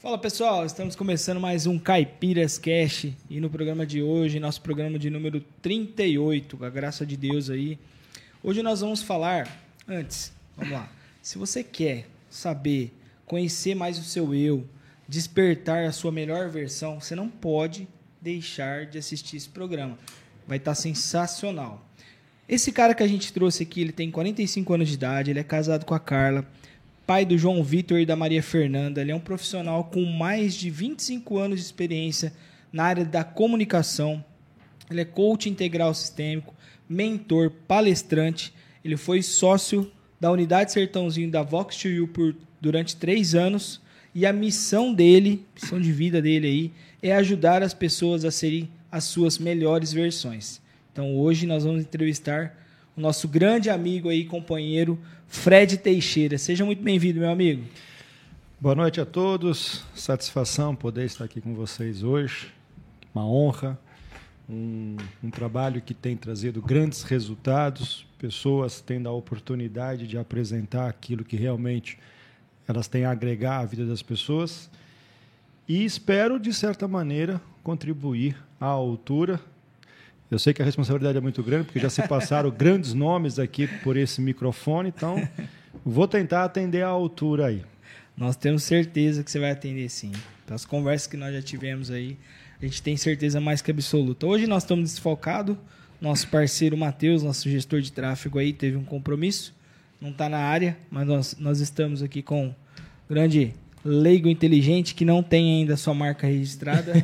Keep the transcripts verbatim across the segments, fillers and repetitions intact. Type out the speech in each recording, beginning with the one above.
Fala pessoal, estamos começando mais um Caipiras Cast e no programa de hoje, nosso programa de número trinta e oito, com a graça de Deus aí. Hoje nós vamos falar, antes, vamos lá, se você quer saber, conhecer mais o seu eu, despertar a sua melhor versão, você não pode deixar de assistir esse programa, vai estar sensacional. Esse cara que a gente trouxe aqui, ele tem quarenta e cinco anos de idade, ele é casado com a Carla, pai do João Vitor e da Maria Fernanda. Ele é um profissional com mais de vinte e cinco anos de experiência na área da comunicação. Ele é coach integral sistêmico, mentor, palestrante. Ele foi sócio da Unidade Sertãozinho da Vox to You por, durante três anos. E a missão dele, missão de vida dele aí, é ajudar as pessoas a serem as suas melhores versões. Então hoje nós vamos entrevistar o nosso grande amigo aí, companheiro, Fred Teixeira. Seja muito bem-vindo, meu amigo. Boa noite a todos. Satisfação poder estar aqui com vocês hoje. Uma honra. Um, um trabalho que tem trazido grandes resultados. Pessoas tendo a oportunidade de apresentar aquilo que realmente elas têm a agregar à vida das pessoas. E espero, de certa maneira, contribuir à altura. Eu sei que a responsabilidade é muito grande, porque já se passaram grandes nomes aqui por esse microfone, então vou tentar atender à altura aí. Nós temos certeza que você vai atender sim. Pelas conversas que nós já tivemos aí, a gente tem certeza mais que absoluta. Hoje nós estamos desfocados, nosso parceiro Matheus, nosso gestor de tráfego aí, teve um compromisso, não está na área, mas nós, nós estamos aqui com um grande leigo inteligente que não tem ainda a sua marca registrada,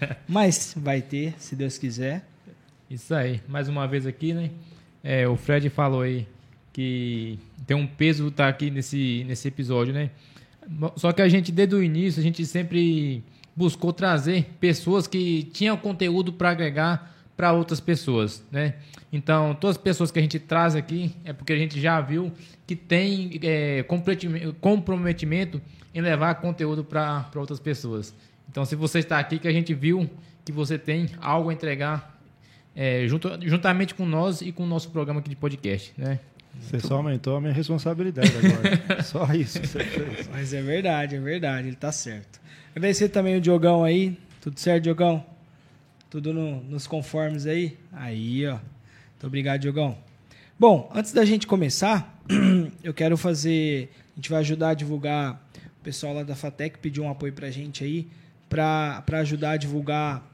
mas vai ter, se Deus quiser. Isso aí, mais uma vez aqui, né? É, o Fred falou aí que tem um peso estar aqui nesse, nesse episódio, né? Só que a gente, desde o início, a gente sempre buscou trazer pessoas que tinham conteúdo para agregar para outras pessoas, né? Então, todas as pessoas que a gente traz aqui é porque a gente já viu que tem é, comprometimento em levar conteúdo para outras pessoas. Então, se você está aqui, que a gente viu que você tem algo a entregar É, junto, juntamente com nós e com o nosso programa aqui de podcast, né? Você só aumentou a minha responsabilidade agora. Só isso que você fez. Mas é verdade, é verdade, ele tá certo. Agradecer também o Diogão aí. Tudo certo, Diogão? Tudo no, nos conformes aí? Aí, ó. Muito obrigado, Diogão. Bom, antes da gente começar, eu quero fazer... A gente vai ajudar a divulgar... O pessoal lá da FATEC pediu um apoio pra gente aí, pra, pra ajudar a divulgar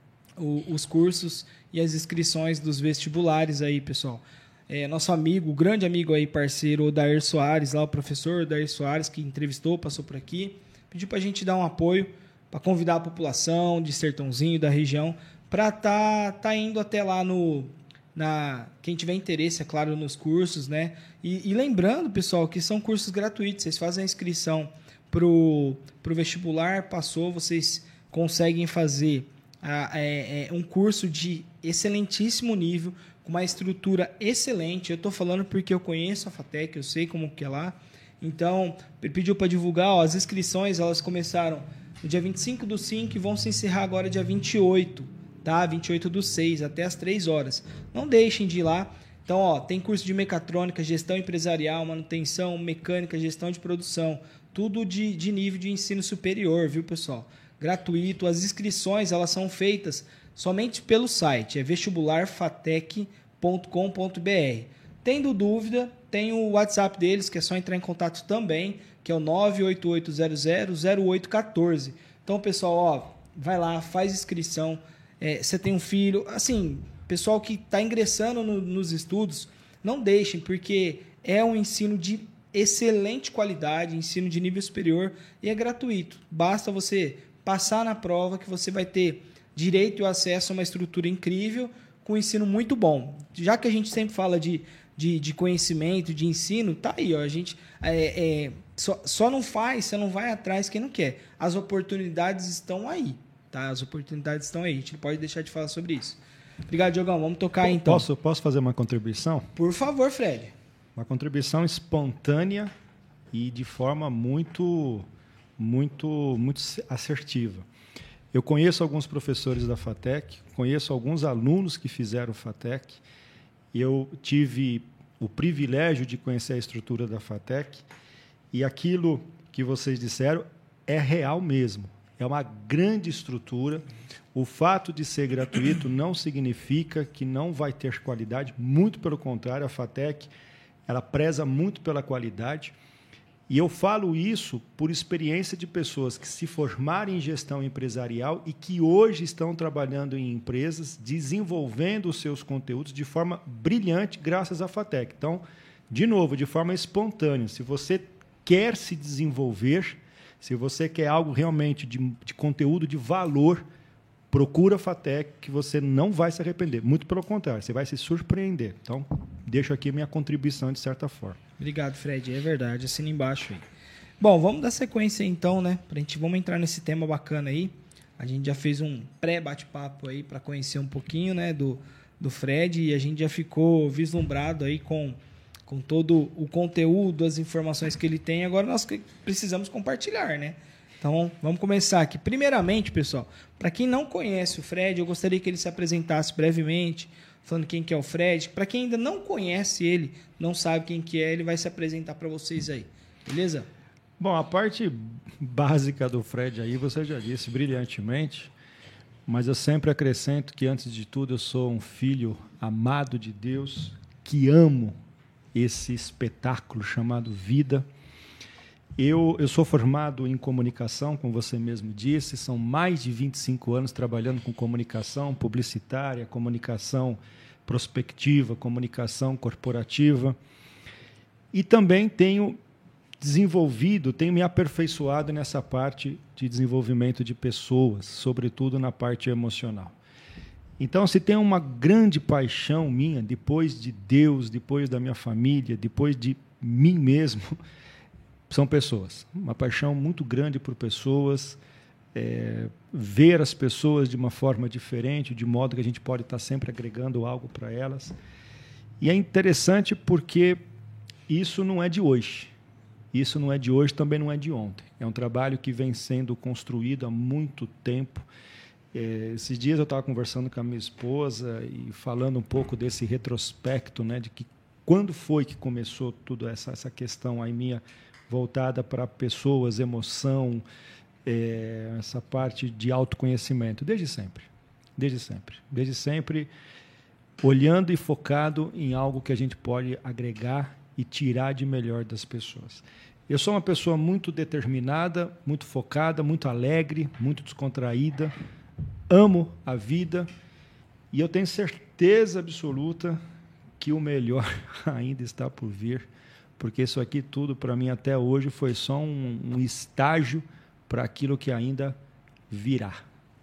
o, os cursos e as inscrições dos vestibulares aí, pessoal. É, nosso amigo, grande amigo aí, parceiro, o Dair Soares, lá o professor Dair Soares, que entrevistou, passou por aqui, pediu para a gente dar um apoio, para convidar a população de Sertãozinho, da região, para estar tá, tá indo até lá no... Na, quem tiver interesse, é claro, nos cursos, né? E, e lembrando, pessoal, que são cursos gratuitos, vocês fazem a inscrição pro, pro vestibular, passou, vocês conseguem fazer a, é, é, um curso de excelentíssimo nível, com uma estrutura excelente. Eu estou falando porque eu conheço a FATEC, eu sei como que é lá. Então, ele pediu para divulgar, ó, as inscrições, elas começaram no dia vinte e cinco do cinco e vão se encerrar agora dia vinte e oito, tá? vinte e oito do seis, até as três horas. Não deixem de ir lá. Então, ó, tem curso de mecatrônica, gestão empresarial, manutenção, mecânica, gestão de produção, tudo de, de nível de ensino superior, viu, pessoal? Gratuito. As inscrições, elas são feitas somente pelo site, é vestibular fatec ponto com ponto b r. Tendo dúvida, tem o WhatsApp deles, que é só entrar em contato também, que é o nove oito oito zero zero zero oito um quatro. Então, pessoal, ó, vai lá, faz inscrição. É, você tem um filho, assim, pessoal que está ingressando no, nos estudos, não deixem, porque é um ensino de excelente qualidade, ensino de nível superior e é gratuito. Basta você passar na prova que você vai ter direito e acesso a uma estrutura incrível com um ensino muito bom. Já que a gente sempre fala de, de, de conhecimento, de ensino, tá aí, ó, a gente é, é, só, só não faz, você não vai atrás quem não quer. As oportunidades estão aí, tá? As oportunidades estão aí, a gente não pode deixar de falar sobre isso. Obrigado, Diogão. Vamos tocar aí, então. Posso, posso fazer uma contribuição? Por favor, Fred. Uma contribuição espontânea e de forma muito, muito, muito assertiva. Eu conheço alguns professores da FATEC, conheço alguns alunos que fizeram FATEC. Eu tive o privilégio de conhecer a estrutura da FATEC e aquilo que vocês disseram é real mesmo. É uma grande estrutura. O fato de ser gratuito não significa que não vai ter qualidade. Muito pelo contrário, a FATEC ela preza muito pela qualidade. E eu falo isso por experiência de pessoas que se formaram em gestão empresarial e que hoje estão trabalhando em empresas, desenvolvendo os seus conteúdos de forma brilhante graças à FATEC. Então, de novo, de forma espontânea, se você quer se desenvolver, se você quer algo realmente de, de conteúdo de valor, procura a FATEC, que você não vai se arrepender. Muito pelo contrário, você vai se surpreender. Então, deixo aqui a minha contribuição de certa forma. Obrigado, Fred. É verdade. Assina embaixo aí. Bom, vamos dar sequência então, né? Pra gente, vamos entrar nesse tema bacana aí. A gente já fez um pré-bate-papo aí para conhecer um pouquinho, né, do, do Fred, e a gente já ficou vislumbrado aí com, com todo o conteúdo, as informações que ele tem. Agora nós precisamos compartilhar, né? Então, vamos começar aqui. Primeiramente, pessoal, para quem não conhece o Fred, eu gostaria que ele se apresentasse brevemente, falando quem que é o Fred. Para quem ainda não conhece ele, não sabe quem que é, ele vai se apresentar para vocês aí. Beleza? Bom, a parte básica do Fred aí você já disse brilhantemente, mas eu sempre acrescento que, antes de tudo, eu sou um filho amado de Deus, que amo esse espetáculo chamado vida. Eu, eu sou formado em comunicação, como você mesmo disse, são mais de vinte e cinco anos trabalhando com comunicação publicitária, comunicação prospectiva, comunicação corporativa. E também tenho desenvolvido, tenho me aperfeiçoado nessa parte de desenvolvimento de pessoas, sobretudo na parte emocional. Então, se tem uma grande paixão minha, depois de Deus, depois da minha família, depois de mim mesmo, são pessoas. Uma paixão muito grande por pessoas, é, ver as pessoas de uma forma diferente, de modo que a gente pode estar sempre agregando algo para elas. E é interessante porque isso não é de hoje. Isso não é de hoje, também não é de ontem. É um trabalho que vem sendo construído há muito tempo. É, esses dias eu estava conversando com a minha esposa e falando um pouco desse retrospecto, né, de que quando foi que começou toda essa, essa questão aí minha voltada para pessoas, emoção, é, essa parte de autoconhecimento. Desde sempre. Desde sempre. Desde sempre, olhando e focado em algo que a gente pode agregar e tirar de melhor das pessoas. Eu sou uma pessoa muito determinada, muito focada, muito alegre, muito descontraída, amo a vida e eu tenho certeza absoluta que o melhor ainda está por vir, porque isso aqui tudo, para mim, até hoje, foi só um, um estágio para aquilo que ainda virá.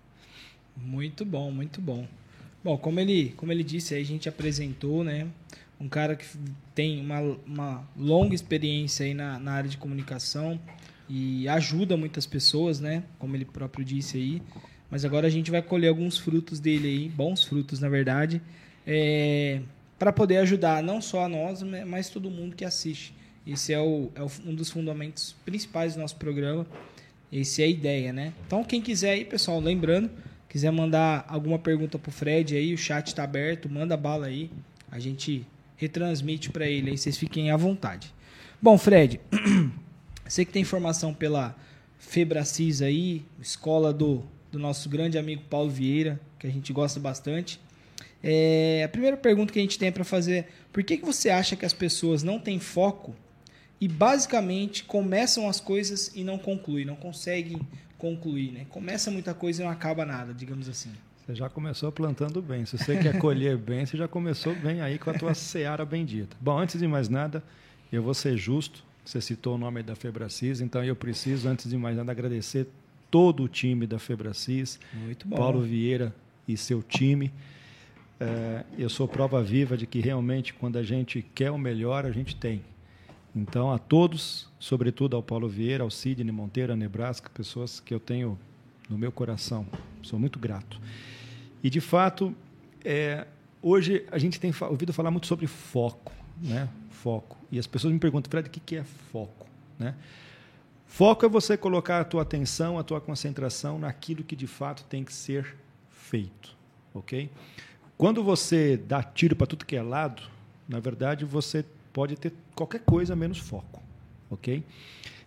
Muito bom, muito bom. Bom, como ele, como ele disse, aí a gente apresentou, né, um cara que tem uma, uma longa experiência aí na, na área de comunicação e ajuda muitas pessoas, né, como ele próprio disse aí. Mas agora a gente vai colher alguns frutos dele aí, bons frutos, na verdade, é, para poder ajudar não só a nós, mas todo mundo que assiste. Esse é, o, é um dos fundamentos principais do nosso programa. Essa é a ideia, né? Então, quem quiser aí, pessoal, lembrando, quiser mandar alguma pergunta pro Fred aí, o chat está aberto, manda bala aí, a gente retransmite para ele aí, vocês fiquem à vontade. Bom, Fred, você que tem formação pela Febracis aí, escola do, do nosso grande amigo Paulo Vieira, que a gente gosta bastante. É, a primeira pergunta que a gente tem para fazer é: por que, que você acha que as pessoas não têm foco e basicamente começam as coisas e não concluem, não conseguem concluir, né? Começa muita coisa e não acaba nada, digamos assim. Você já começou plantando bem. Se você quer colher bem, você já começou bem aí com a tua seara bendita. Bom, antes de mais nada, eu vou ser justo. Você citou o nome da Febracis, então eu preciso, antes de mais nada, agradecer todo o time da Febracis, Muito bom. Paulo Vieira e seu time. É, eu sou prova viva de que realmente, quando a gente quer o melhor, a gente tem. Então, a todos, sobretudo ao Paulo Vieira, ao Sidney Monteiro, a Nebraska, pessoas que eu tenho no meu coração. Sou muito grato. E, de fato, é, hoje a gente tem ouvido falar muito sobre foco, né? Foco. E as pessoas me perguntam: Fred, o que é foco? Né? Foco é você colocar a tua atenção, a tua concentração naquilo que, de fato, tem que ser feito. Ok? Quando você dá tiro para tudo que é lado, na verdade, você pode ter qualquer coisa menos foco. Ok?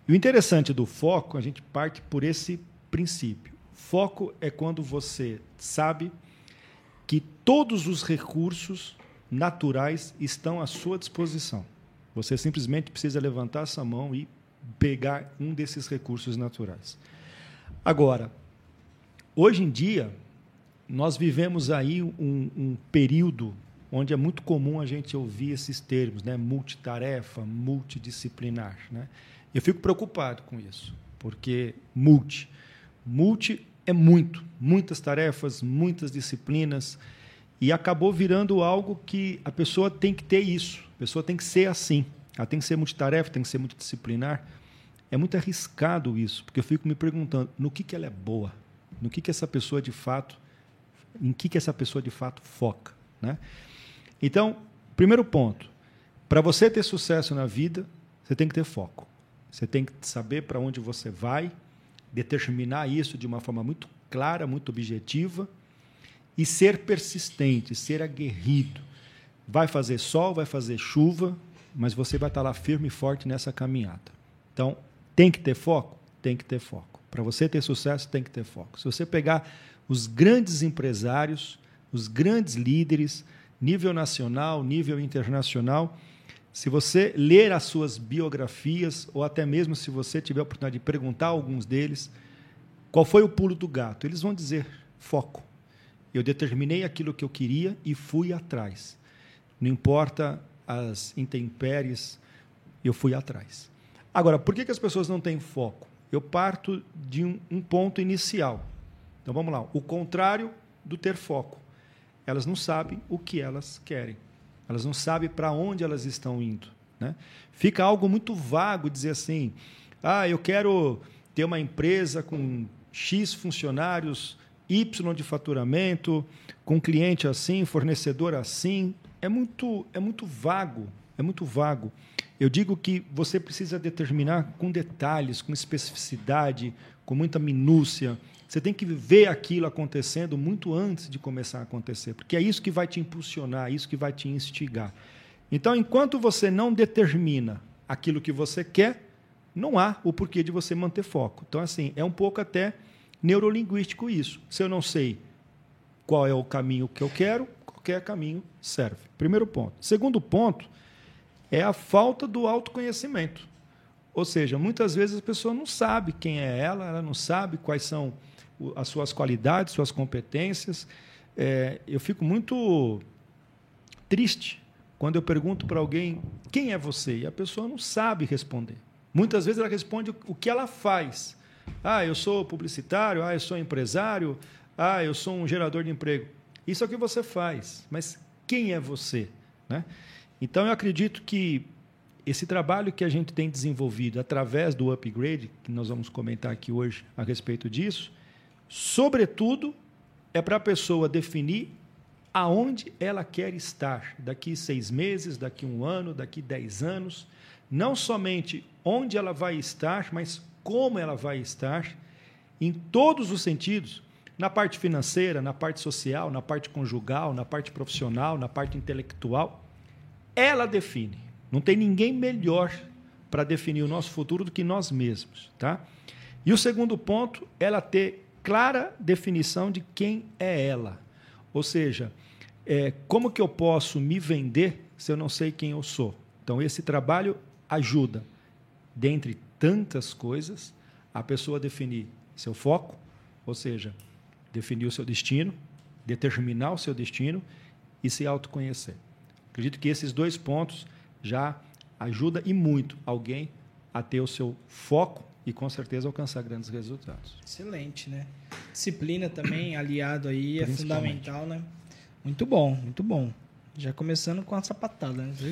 E o interessante do foco, a gente parte por esse princípio. Foco é quando você sabe que todos os recursos naturais estão à sua disposição. Você simplesmente precisa levantar essa mão e pegar um desses recursos naturais. Agora, hoje em dia, nós vivemos aí um, um período onde é muito comum a gente ouvir esses termos, né? Multitarefa, multidisciplinar, né? Eu fico preocupado com isso, porque multi, multi é muito, muitas tarefas, muitas disciplinas, e acabou virando algo que a pessoa tem que ter isso, a pessoa tem que ser assim, ela tem que ser multitarefa, tem que ser multidisciplinar. É muito arriscado isso, porque eu fico me perguntando no que, que ela é boa, no que, que essa pessoa de fato, em que, que essa pessoa de fato foca, né? Então, primeiro ponto, para você ter sucesso na vida, você tem que ter foco. Você tem que saber para onde você vai, determinar isso de uma forma muito clara, muito objetiva, e ser persistente, ser aguerrido. Vai fazer sol, vai fazer chuva, mas você vai estar lá firme e forte nessa caminhada. Então, tem que ter foco? Tem que ter foco. Para você ter sucesso, tem que ter foco. Se você pegar os grandes empresários, os grandes líderes, nível nacional, nível internacional, se você ler as suas biografias, ou até mesmo se você tiver a oportunidade de perguntar a alguns deles qual foi o pulo do gato, eles vão dizer foco. Eu determinei aquilo que eu queria e fui atrás. Não importa as intempéries, eu fui atrás. Agora, por que, que as pessoas não têm foco? Eu parto de um, um ponto inicial. Então, vamos lá. O contrário do ter foco. Elas não sabem o que elas querem. Elas não sabem para onde elas estão indo, né? Fica algo muito vago dizer assim, ah, eu quero ter uma empresa com X funcionários, Y de faturamento, com cliente assim, fornecedor assim. É muito, é muito vago, é muito vago. Eu digo que você precisa determinar com detalhes, com especificidade, com muita minúcia. Você tem que ver aquilo acontecendo muito antes de começar a acontecer, porque é isso que vai te impulsionar, é isso que vai te instigar. Então, enquanto você não determina aquilo que você quer, não há o porquê de você manter foco. Então, assim, é um pouco até neurolinguístico isso. Se eu não sei qual é o caminho que eu quero, qualquer caminho serve. Primeiro ponto. Segundo ponto é a falta do autoconhecimento. Ou seja, muitas vezes a pessoa não sabe quem é ela, ela não sabe quais são as suas qualidades, suas competências. É, eu fico muito triste quando eu pergunto para alguém quem é você, e a pessoa não sabe responder. Muitas vezes ela responde o que ela faz. Ah, eu sou publicitário, ah, eu sou empresário, ah, eu sou um gerador de emprego. Isso é o que você faz, mas quem é você, né? Então, eu acredito que esse trabalho que a gente tem desenvolvido através do upgrade, que nós vamos comentar aqui hoje a respeito disso, sobretudo, é para a pessoa definir aonde ela quer estar daqui seis meses, daqui um ano, daqui dez anos. Não somente onde ela vai estar, mas como ela vai estar, em todos os sentidos, na parte financeira, na parte social, na parte conjugal, na parte profissional, na parte intelectual. Ela define. Não tem ninguém melhor para definir o nosso futuro do que nós mesmos, tá? E o segundo ponto, ela ter clara definição de quem é ela. Ou seja, é, como que eu posso me vender se eu não sei quem eu sou? Então, esse trabalho ajuda, dentre tantas coisas, a pessoa a definir seu foco, ou seja, definir o seu destino, determinar o seu destino e se autoconhecer. Acredito que esses dois pontos já ajuda e muito alguém a ter o seu foco e, com certeza, alcançar grandes resultados. Excelente, né? Disciplina também, aliado aí, é fundamental, né? Muito bom, muito bom. Já começando com a sapatada, né?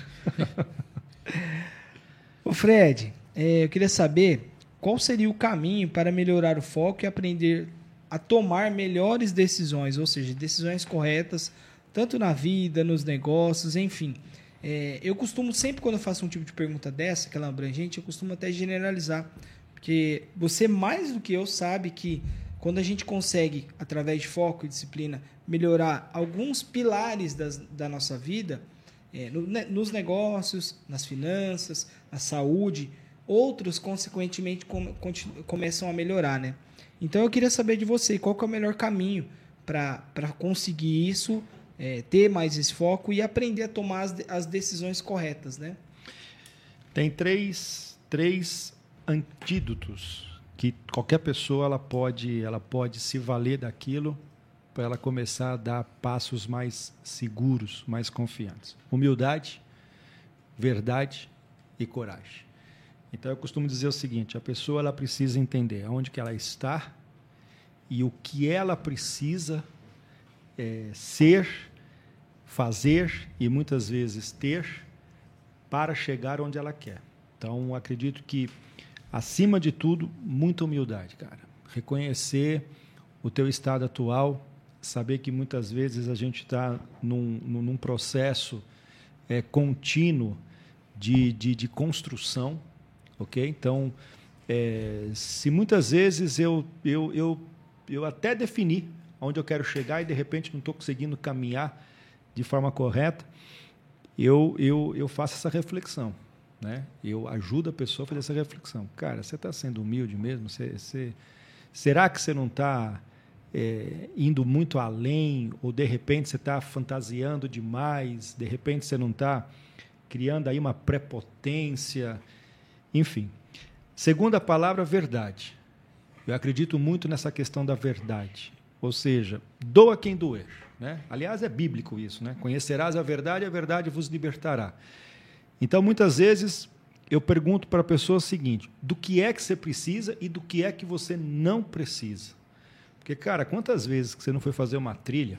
Ô Fred, é, eu queria saber qual seria o caminho para melhorar o foco e aprender a tomar melhores decisões, ou seja, decisões corretas, tanto na vida, nos negócios, enfim. É, eu costumo, sempre quando eu faço um tipo de pergunta dessa, aquela abrangente, eu costumo até generalizar, porque você mais do que eu sabe que quando a gente consegue, através de foco e disciplina, melhorar alguns pilares das, da nossa vida, é, no, nos negócios, nas finanças, na saúde, outros, consequentemente, com, continu, começam a melhorar, né? Então, eu queria saber de você, qual que é o melhor caminho para conseguir isso, é, ter mais esse foco e aprender a tomar as, as decisões corretas, né? Tem três, três antídotos que qualquer pessoa ela pode, ela pode se valer daquilo para ela começar a dar passos mais seguros, mais confiantes. Humildade, verdade e coragem. Então, eu costumo dizer o seguinte, a pessoa ela precisa entender onde que ela está e o que ela precisa é, ser, fazer e, muitas vezes, ter para chegar onde ela quer. Então, acredito que, acima de tudo, muita humildade, cara. Reconhecer o teu estado atual, saber que, muitas vezes, a gente está num, num processo é, contínuo de, de, de construção, ok? Então, é, se muitas vezes eu, eu, eu, eu até defini onde eu quero chegar e, de repente, não estou conseguindo caminhar de forma correta, eu, eu, eu faço essa reflexão, né? Eu ajudo a pessoa a fazer essa reflexão. Cara, você está sendo humilde mesmo? Você, você, será que você não está é, indo muito além? Ou, de repente, você está fantasiando demais? De repente, você não está criando aí uma prepotência? Enfim. Segunda palavra, verdade. Eu acredito muito nessa questão da verdade. Ou seja, doa quem doer, né? Aliás, é bíblico isso, né? Conhecerás a verdade e a verdade vos libertará. Então, muitas vezes, eu pergunto para a pessoa o seguinte, do que é que você precisa e do que é que você não precisa. Porque, cara, quantas vezes que você não foi fazer uma trilha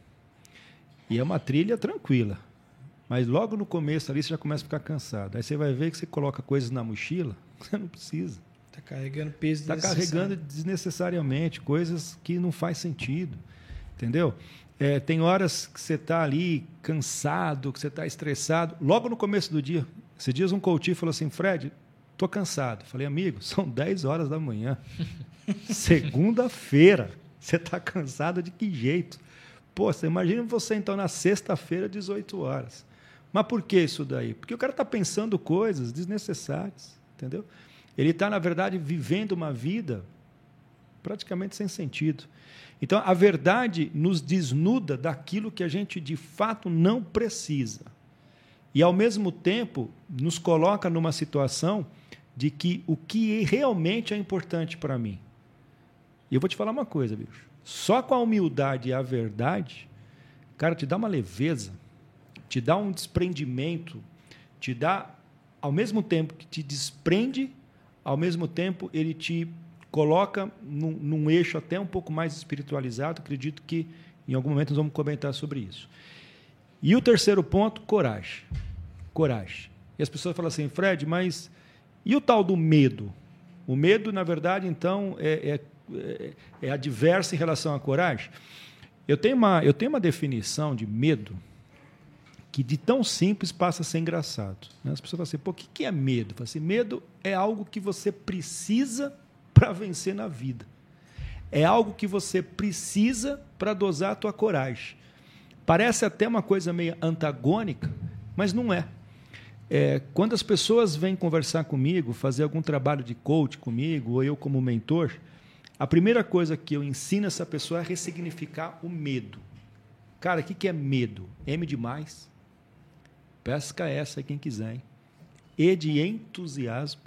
e é uma trilha tranquila, mas logo no começo ali você já começa a ficar cansado. Aí você vai ver que você coloca coisas na mochila que você não precisa. Está carregando peso Está carregando desnecessariamente coisas que não faz sentido. Entendeu? É, tem horas que você está ali cansado, que você está estressado. Logo no começo do dia, esses dias um coach falou assim, Fred, estou cansado. Falei, amigo, são dez horas da manhã. Segunda-feira. Você está cansado de que jeito? Pô, você imagina você então na sexta-feira, dezoito horas. Mas por que isso daí? Porque o cara está pensando coisas desnecessárias. Entendeu? Ele está, na verdade, vivendo uma vida praticamente sem sentido. Então, a verdade nos desnuda daquilo que a gente, de fato, não precisa. E, ao mesmo tempo, nos coloca numa situação de que o que realmente é importante para mim. E eu vou te falar uma coisa, bicho. Só com a humildade e a verdade, cara, te dá uma leveza, te dá um desprendimento, te dá, ao mesmo tempo que te desprende, ao mesmo tempo ele te coloca num, num eixo até um pouco mais espiritualizado. Acredito que em algum momento nós vamos comentar sobre isso. E o terceiro ponto, coragem. Coragem. E as pessoas falam assim, Fred, mas e o tal do medo? O medo, na verdade, então, é, é, é adverso em relação à coragem? Eu tenho uma, eu tenho uma definição de medo que de tão simples passa a ser engraçado. As pessoas falam assim, pô, o que é medo? Falam assim, medo é algo que você precisa para vencer na vida. É algo que você precisa para dosar a tua coragem. Parece até uma coisa meio antagônica, mas não é. É, quando as pessoas vêm conversar comigo, fazer algum trabalho de coach comigo, ou eu como mentor, a primeira coisa que eu ensino essa pessoa é ressignificar o medo. Cara, o que é medo? M de mais. Pesca essa aí quem quiser, hein? E de entusiasmo,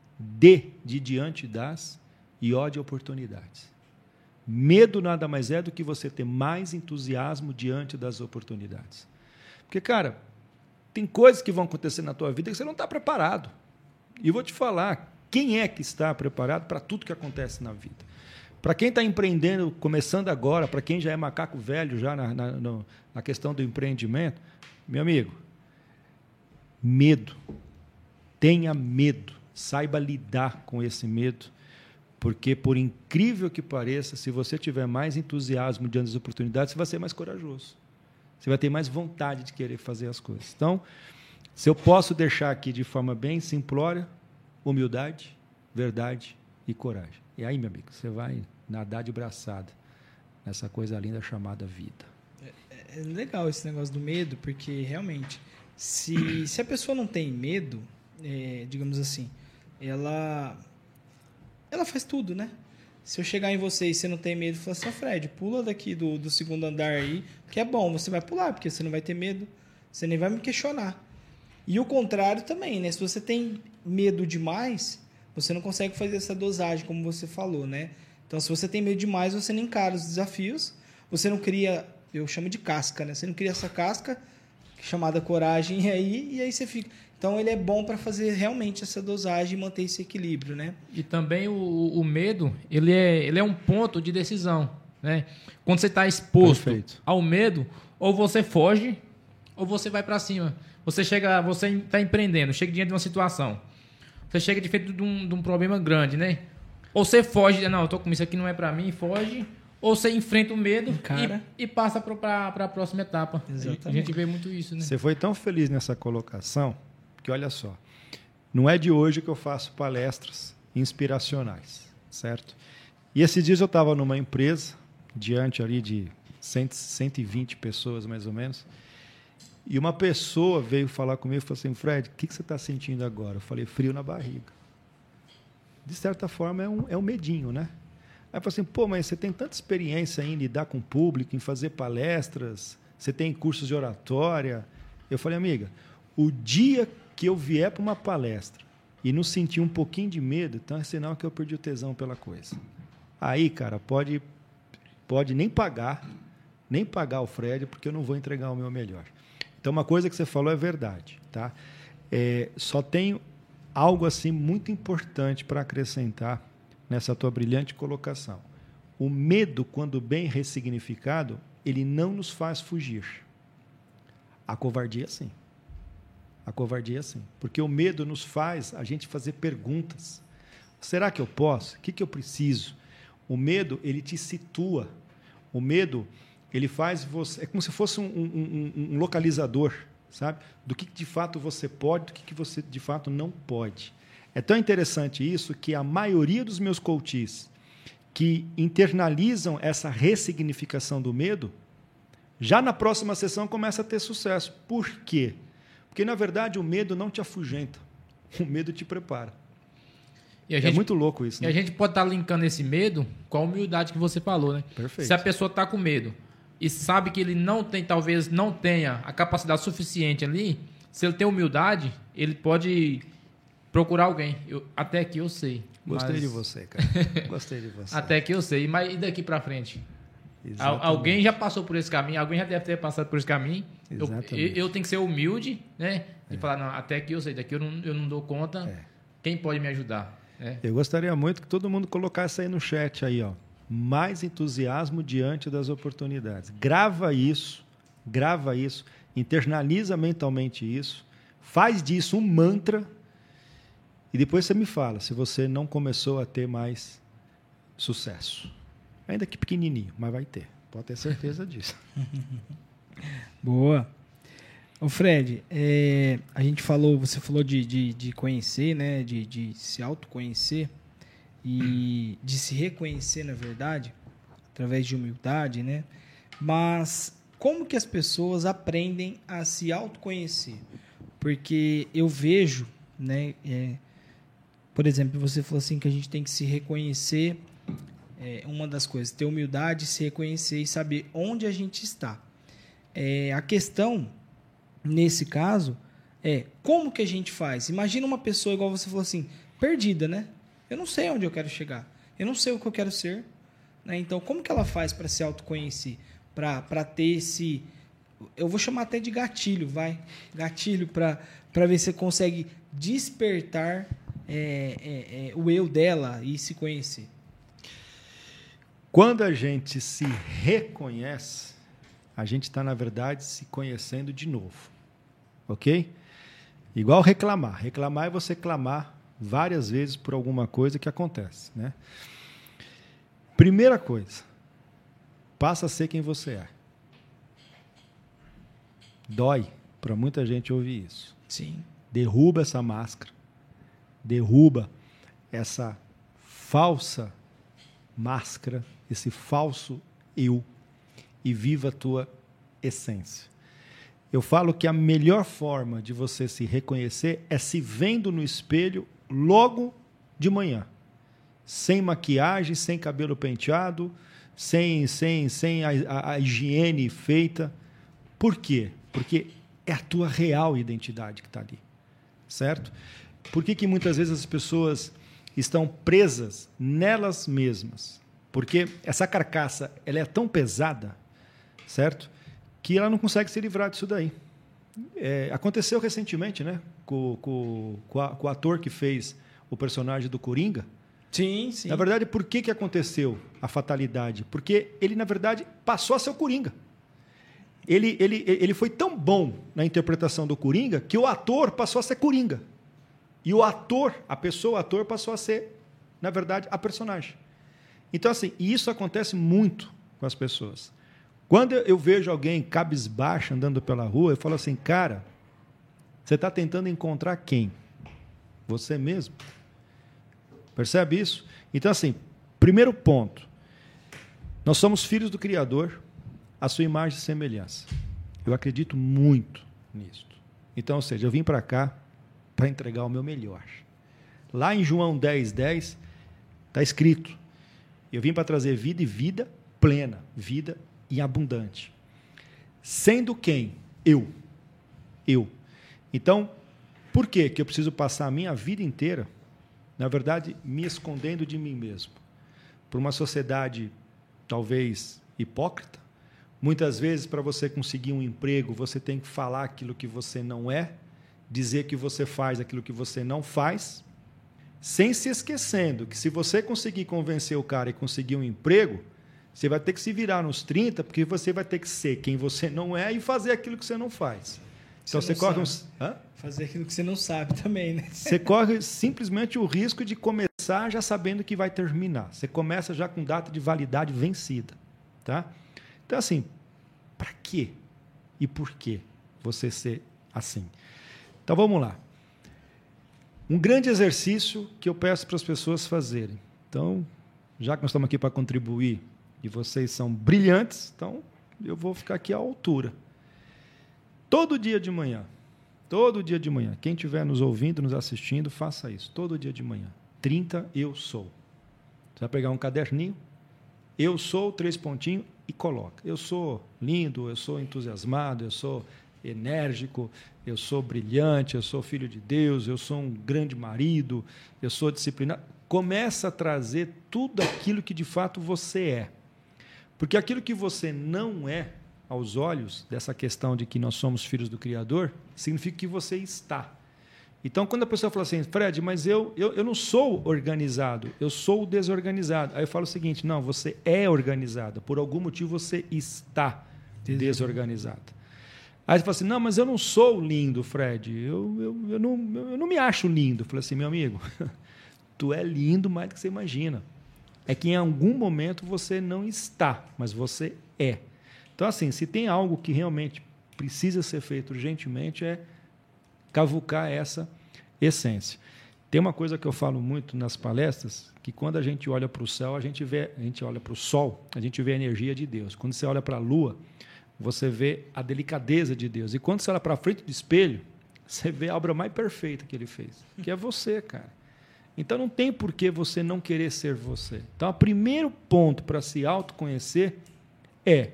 D de diante das e O de oportunidades. Medo nada mais é do que você ter mais entusiasmo diante das oportunidades. Porque, cara, tem coisas que vão acontecer na tua vida que você não está preparado. E vou te falar, quem é que está preparado para tudo que acontece na vida? Para quem está empreendendo, começando agora, para quem já é macaco velho já na, na, na questão do empreendimento, meu amigo, medo. Tenha medo. Saiba lidar com esse medo. Porque, por incrível que pareça, se você tiver mais entusiasmo diante das oportunidades, você vai ser mais corajoso. Você vai ter mais vontade de querer fazer as coisas. Então, se eu posso deixar aqui de forma bem simplória, humildade, verdade e coragem. E aí, meu amigo, você vai nadar de braçada nessa coisa linda chamada vida. É, é legal esse negócio do medo, porque, realmente, se, se a pessoa não tem medo, é, digamos assim, ela, ela faz tudo, né? Se eu chegar em você e você não tem medo, falar assim, Fred, pula daqui do, do segundo andar aí, que é bom, você vai pular, porque você não vai ter medo, você nem vai me questionar. E o contrário também, né? Se você tem medo demais, você não consegue fazer essa dosagem, como você falou, né? Então, se você tem medo demais, você não encara os desafios, você não cria, eu chamo de casca, né? Você não cria essa casca, chamada coragem aí, e aí você fica... Então, ele é bom para fazer realmente essa dosagem e manter esse equilíbrio, né? E também o, o medo, ele é, ele é um ponto de decisão, né? Quando você está exposto Perfeito. ao medo, ou você foge, ou você vai para cima. Você chega, você está empreendendo, chega diante de uma situação. Você chega de frente de um, de um problema grande, né? Ou você foge, não, eu tô com isso aqui, não é para mim, foge. Ou você enfrenta o medo e, e passa para a próxima etapa. Exatamente. A gente vê muito isso, né? Você foi tão feliz nessa colocação que, olha só, não é de hoje que eu faço palestras inspiracionais, certo? E esses dias eu estava numa empresa, diante ali de cento e vinte pessoas, mais ou menos, e uma pessoa veio falar comigo e falou assim, Fred, o que, que você está sentindo agora? Eu falei, frio na barriga. De certa forma, é um, é um medinho, né? Aí eu falei assim, pô, mas você tem tanta experiência em lidar com o público, em fazer palestras, você tem cursos de oratória. Eu falei, amiga, o dia que eu vier para uma palestra e não sentir um pouquinho de medo, então é sinal que eu perdi o tesão pela coisa. Aí, cara, pode, pode nem pagar, nem pagar o Fred, porque eu não vou entregar o meu melhor. Então, uma coisa que você falou é verdade, tá? É, só tenho algo assim muito importante para acrescentar nessa tua brilhante colocação. O medo, quando bem ressignificado, ele não nos faz fugir. A covardia, sim. A covardia, sim. Porque o medo nos faz a gente fazer perguntas. Será que eu posso? O que, que eu preciso? O medo, ele te situa. O medo, ele faz você... É como se fosse um, um, um, um localizador, sabe? Do que, de fato, você pode, do que, que você, de fato, não pode. É tão interessante isso que a maioria dos meus coaches que internalizam essa ressignificação do medo, já na próxima sessão começa a ter sucesso. Por quê? Porque, na verdade, o medo não te afugenta. O medo te prepara. E a gente, é muito louco isso, né? E a gente pode estar linkando esse medo com a humildade que você falou, né? Perfeito. Se a pessoa está com medo e sabe que ele não tem, talvez não tenha a capacidade suficiente ali, se ele tem humildade, ele pode procurar alguém. Eu, até aqui eu sei. Gostei mas... de você, cara. Gostei de você. Até aqui eu sei. Mas e daqui para frente? Exatamente. Alguém já passou por esse caminho, alguém já deve ter passado por esse caminho. Eu, eu tenho que ser humilde, né? De é. falar, não, até aqui eu sei, daqui eu não, eu não dou conta. É. Quem pode me ajudar? É. Eu gostaria muito que todo mundo colocasse aí no chat aí, ó. Mais entusiasmo diante das oportunidades. Grava isso, grava isso, internaliza mentalmente isso, faz disso um mantra e depois você me fala se você não começou a ter mais sucesso. Ainda que pequenininho, mas vai ter. Pode ter certeza disso. Boa. Ô Fred, é, a gente falou, você falou de, de, de conhecer, né, de, de se autoconhecer e de se reconhecer, na verdade, através de humildade, né? Mas como que as pessoas aprendem a se autoconhecer? Porque eu vejo, né, é, por exemplo, você falou assim que a gente tem que se reconhecer. É uma das coisas, ter humildade, se reconhecer e saber onde a gente está. É, a questão, nesse caso, é como que a gente faz? Imagina uma pessoa, igual você falou assim, perdida, né? Eu não sei onde eu quero chegar. Eu não sei o que eu quero ser. Né? Então, como que ela faz para se autoconhecer? Para ter esse... Eu vou chamar até de gatilho, vai. Gatilho para ver se você consegue despertar é, é, é, o eu dela e se conhecer. Quando a gente se reconhece, a gente está, na verdade, se conhecendo de novo. Ok? Igual reclamar. Reclamar é você clamar várias vezes por alguma coisa que acontece. Né? Primeira coisa, passa a ser quem você é. Dói para muita gente ouvir isso. Sim. Derruba essa máscara. Derruba essa falsa máscara, esse falso eu, e viva a tua essência. Eu falo que a melhor forma de você se reconhecer é se vendo no espelho logo de manhã. Sem maquiagem, sem cabelo penteado, sem, sem, sem a, a, a higiene feita. Por quê? Porque é a tua real identidade que está ali. Certo? Por que, que muitas vezes as pessoas estão presas nelas mesmas? Porque essa carcaça ela é tão pesada, certo? Que ela não consegue se livrar disso daí. É, aconteceu recentemente, né? Com, com, com, a, com o ator que fez o personagem do Coringa. Sim, sim. Na verdade, por que, que aconteceu a fatalidade? Porque ele, na verdade, passou a ser o Coringa. Ele, ele, ele foi tão bom na interpretação do Coringa que o ator passou a ser Coringa. E o ator, a pessoa, o ator, passou a ser, na verdade, a personagem. Então, assim, e isso acontece muito com as pessoas. Quando eu vejo alguém cabisbaixo andando pela rua, eu falo assim, cara, você está tentando encontrar quem? Você mesmo. Percebe isso? Então, assim, primeiro ponto, nós somos filhos do Criador, a sua imagem e semelhança. Eu acredito muito nisso. Então, ou seja, eu vim para cá para entregar o meu melhor. Lá em João dez, dez, está escrito, eu vim para trazer vida e vida plena, vida e abundante. Sendo quem? Eu. Eu. Então, por que que eu preciso passar a minha vida inteira, na verdade, me escondendo de mim mesmo? Por uma sociedade, talvez, hipócrita. Muitas vezes, para você conseguir um emprego, você tem que falar aquilo que você não é, dizer que você faz aquilo que você não faz, sem se esquecendo que se você conseguir convencer o cara e conseguir um emprego, você vai ter que se virar nos trinta, porque você vai ter que ser quem você não é e fazer aquilo que você não faz. Então você, você corre uns... Hã? Fazer aquilo que você não sabe também, né? Você corre simplesmente o risco de começar já sabendo que vai terminar. Você começa já com data de validade vencida. Tá? Então, assim, para quê e por que você ser assim? Então, vamos lá. Um grande exercício que eu peço para as pessoas fazerem. Então, já que nós estamos aqui para contribuir e vocês são brilhantes, então eu vou ficar aqui à altura. Todo dia de manhã, todo dia de manhã, quem estiver nos ouvindo, nos assistindo, faça isso. Todo dia de manhã. trinta, eu sou. Você vai pegar um caderninho, eu sou, três pontinhos, e coloca. Eu sou lindo, eu sou entusiasmado, eu sou enérgico, eu sou brilhante, eu sou filho de Deus, eu sou um grande marido, eu sou disciplinado. Começa a trazer tudo aquilo que de fato você é. Porque aquilo que você não é, aos olhos dessa questão de que nós somos filhos do Criador, significa que você está. Então, quando a pessoa fala assim, Fred, mas eu, eu, eu não sou organizado, eu sou desorganizado. Aí eu falo o seguinte, não, você é organizado, por algum motivo você está desorganizado. Aí você fala assim, não, mas eu não sou lindo, Fred, eu, eu, eu, não, eu não me acho lindo. Eu falo assim, meu amigo, tu é lindo mais do que você imagina. É que em algum momento você não está, mas você é. Então, assim, se tem algo que realmente precisa ser feito urgentemente, é cavucar essa essência. Tem uma coisa que eu falo muito nas palestras, que quando a gente olha para o céu, a gente vê, a gente olha para o sol, a gente vê a energia de Deus. Quando você olha para a lua, você vê a delicadeza de Deus. E quando você olha para frente do espelho, você vê a obra mais perfeita que ele fez, que é você, cara. Então, não tem por que você não querer ser você. Então, o primeiro ponto para se autoconhecer é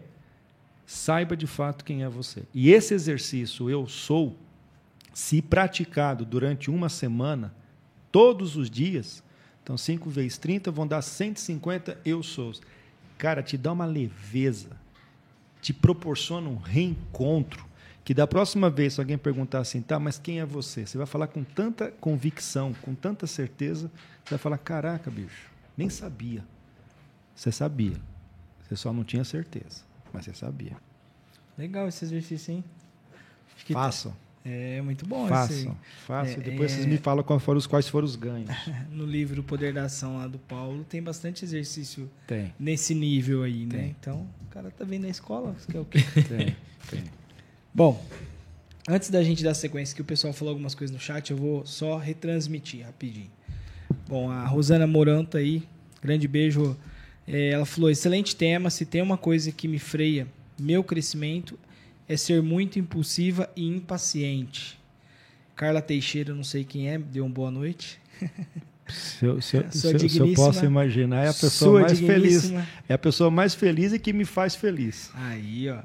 saiba de fato quem é você. E esse exercício, eu sou, se praticado durante uma semana, todos os dias, então cinco vezes trinta vão dar cento e cinquenta eu sou. Cara, te dá uma leveza, te proporciona um reencontro, que da próxima vez, se alguém perguntar assim, tá, mas quem é você? Você vai falar com tanta convicção, com tanta certeza, você vai falar, caraca, bicho, nem sabia. Você sabia, você só não tinha certeza. Mas você sabia. Legal esse exercício, hein? Acho que façam. É muito bom. Façam. Esse... Façam. É, Depois é... vocês me falam quais foram os, quais foram os ganhos. No livro O Poder da Ação lá do Paulo, tem bastante exercício tem. nesse nível aí, tem. né? Então, o cara tá vendo na escola, você quer o quê? Tem. tem. Bom, antes da gente dar sequência, que o pessoal falou algumas coisas no chat, eu vou só retransmitir rapidinho. Bom, a Rosana Moranto aí, grande beijo. É, ela falou, excelente tema, se tem uma coisa que me freia meu crescimento é ser muito impulsiva e impaciente. Carla Teixeira, não sei quem é, deu uma boa noite. Se eu, se, eu, se, eu, se eu posso imaginar, é a pessoa mais feliz. É a pessoa mais feliz e que me faz feliz. Aí, ó.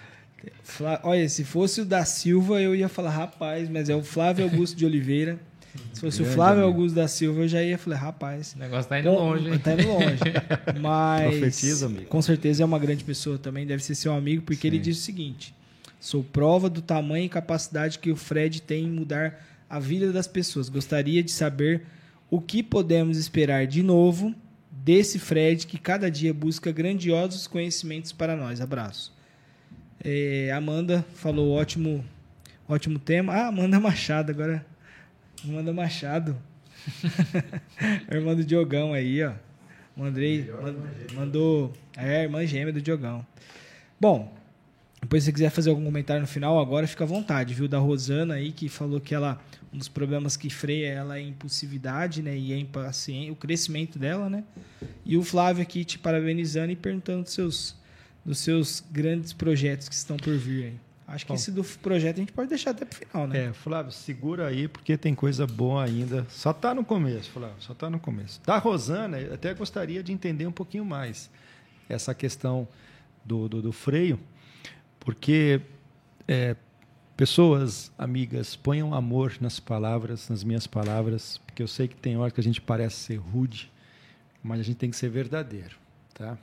Olha, se fosse o da Silva, eu ia falar, rapaz, mas é o Flávio Augusto de Oliveira. Se fosse Grande o Flávio amigo. Augusto da Silva, eu já ia falar, rapaz... O negócio tá indo bom, longe, hein? Tá indo longe. Mas, Profetiza, amigo. Com certeza é uma grande pessoa também, deve ser seu amigo, porque Sim. ele diz o seguinte: sou prova do tamanho e capacidade que o Fred tem em mudar a vida das pessoas. Gostaria de saber o que podemos esperar de novo desse Fred que cada dia busca grandiosos conhecimentos para nós. Abraço. É, Amanda falou ótimo, ótimo tema. Ah, Amanda Machado, agora... Amanda Machado. Irmã do Diogão aí, ó. O Andrei mandou... É, a irmã gêmea do Diogão. Bom, depois se você quiser fazer algum comentário no final, agora fica à vontade, viu? Da Rosana aí, que falou que ela... Um dos problemas que freia ela é a impulsividade, né? E a impaciência, o crescimento dela, né? E o Flávio aqui te parabenizando e perguntando dos seus, dos seus grandes projetos que estão por vir aí. Acho que Bom, esse do projeto a gente pode deixar até pro final, né? É, Flávio, segura aí, porque tem coisa boa ainda. Só tá no começo, Flávio, só tá no começo. Da Rosana, eu até gostaria de entender um pouquinho mais essa questão do, do, do freio, porque é, pessoas, amigas, ponham amor nas palavras, nas minhas palavras, porque eu sei que tem hora que a gente parece ser rude, mas a gente tem que ser verdadeiro, tá?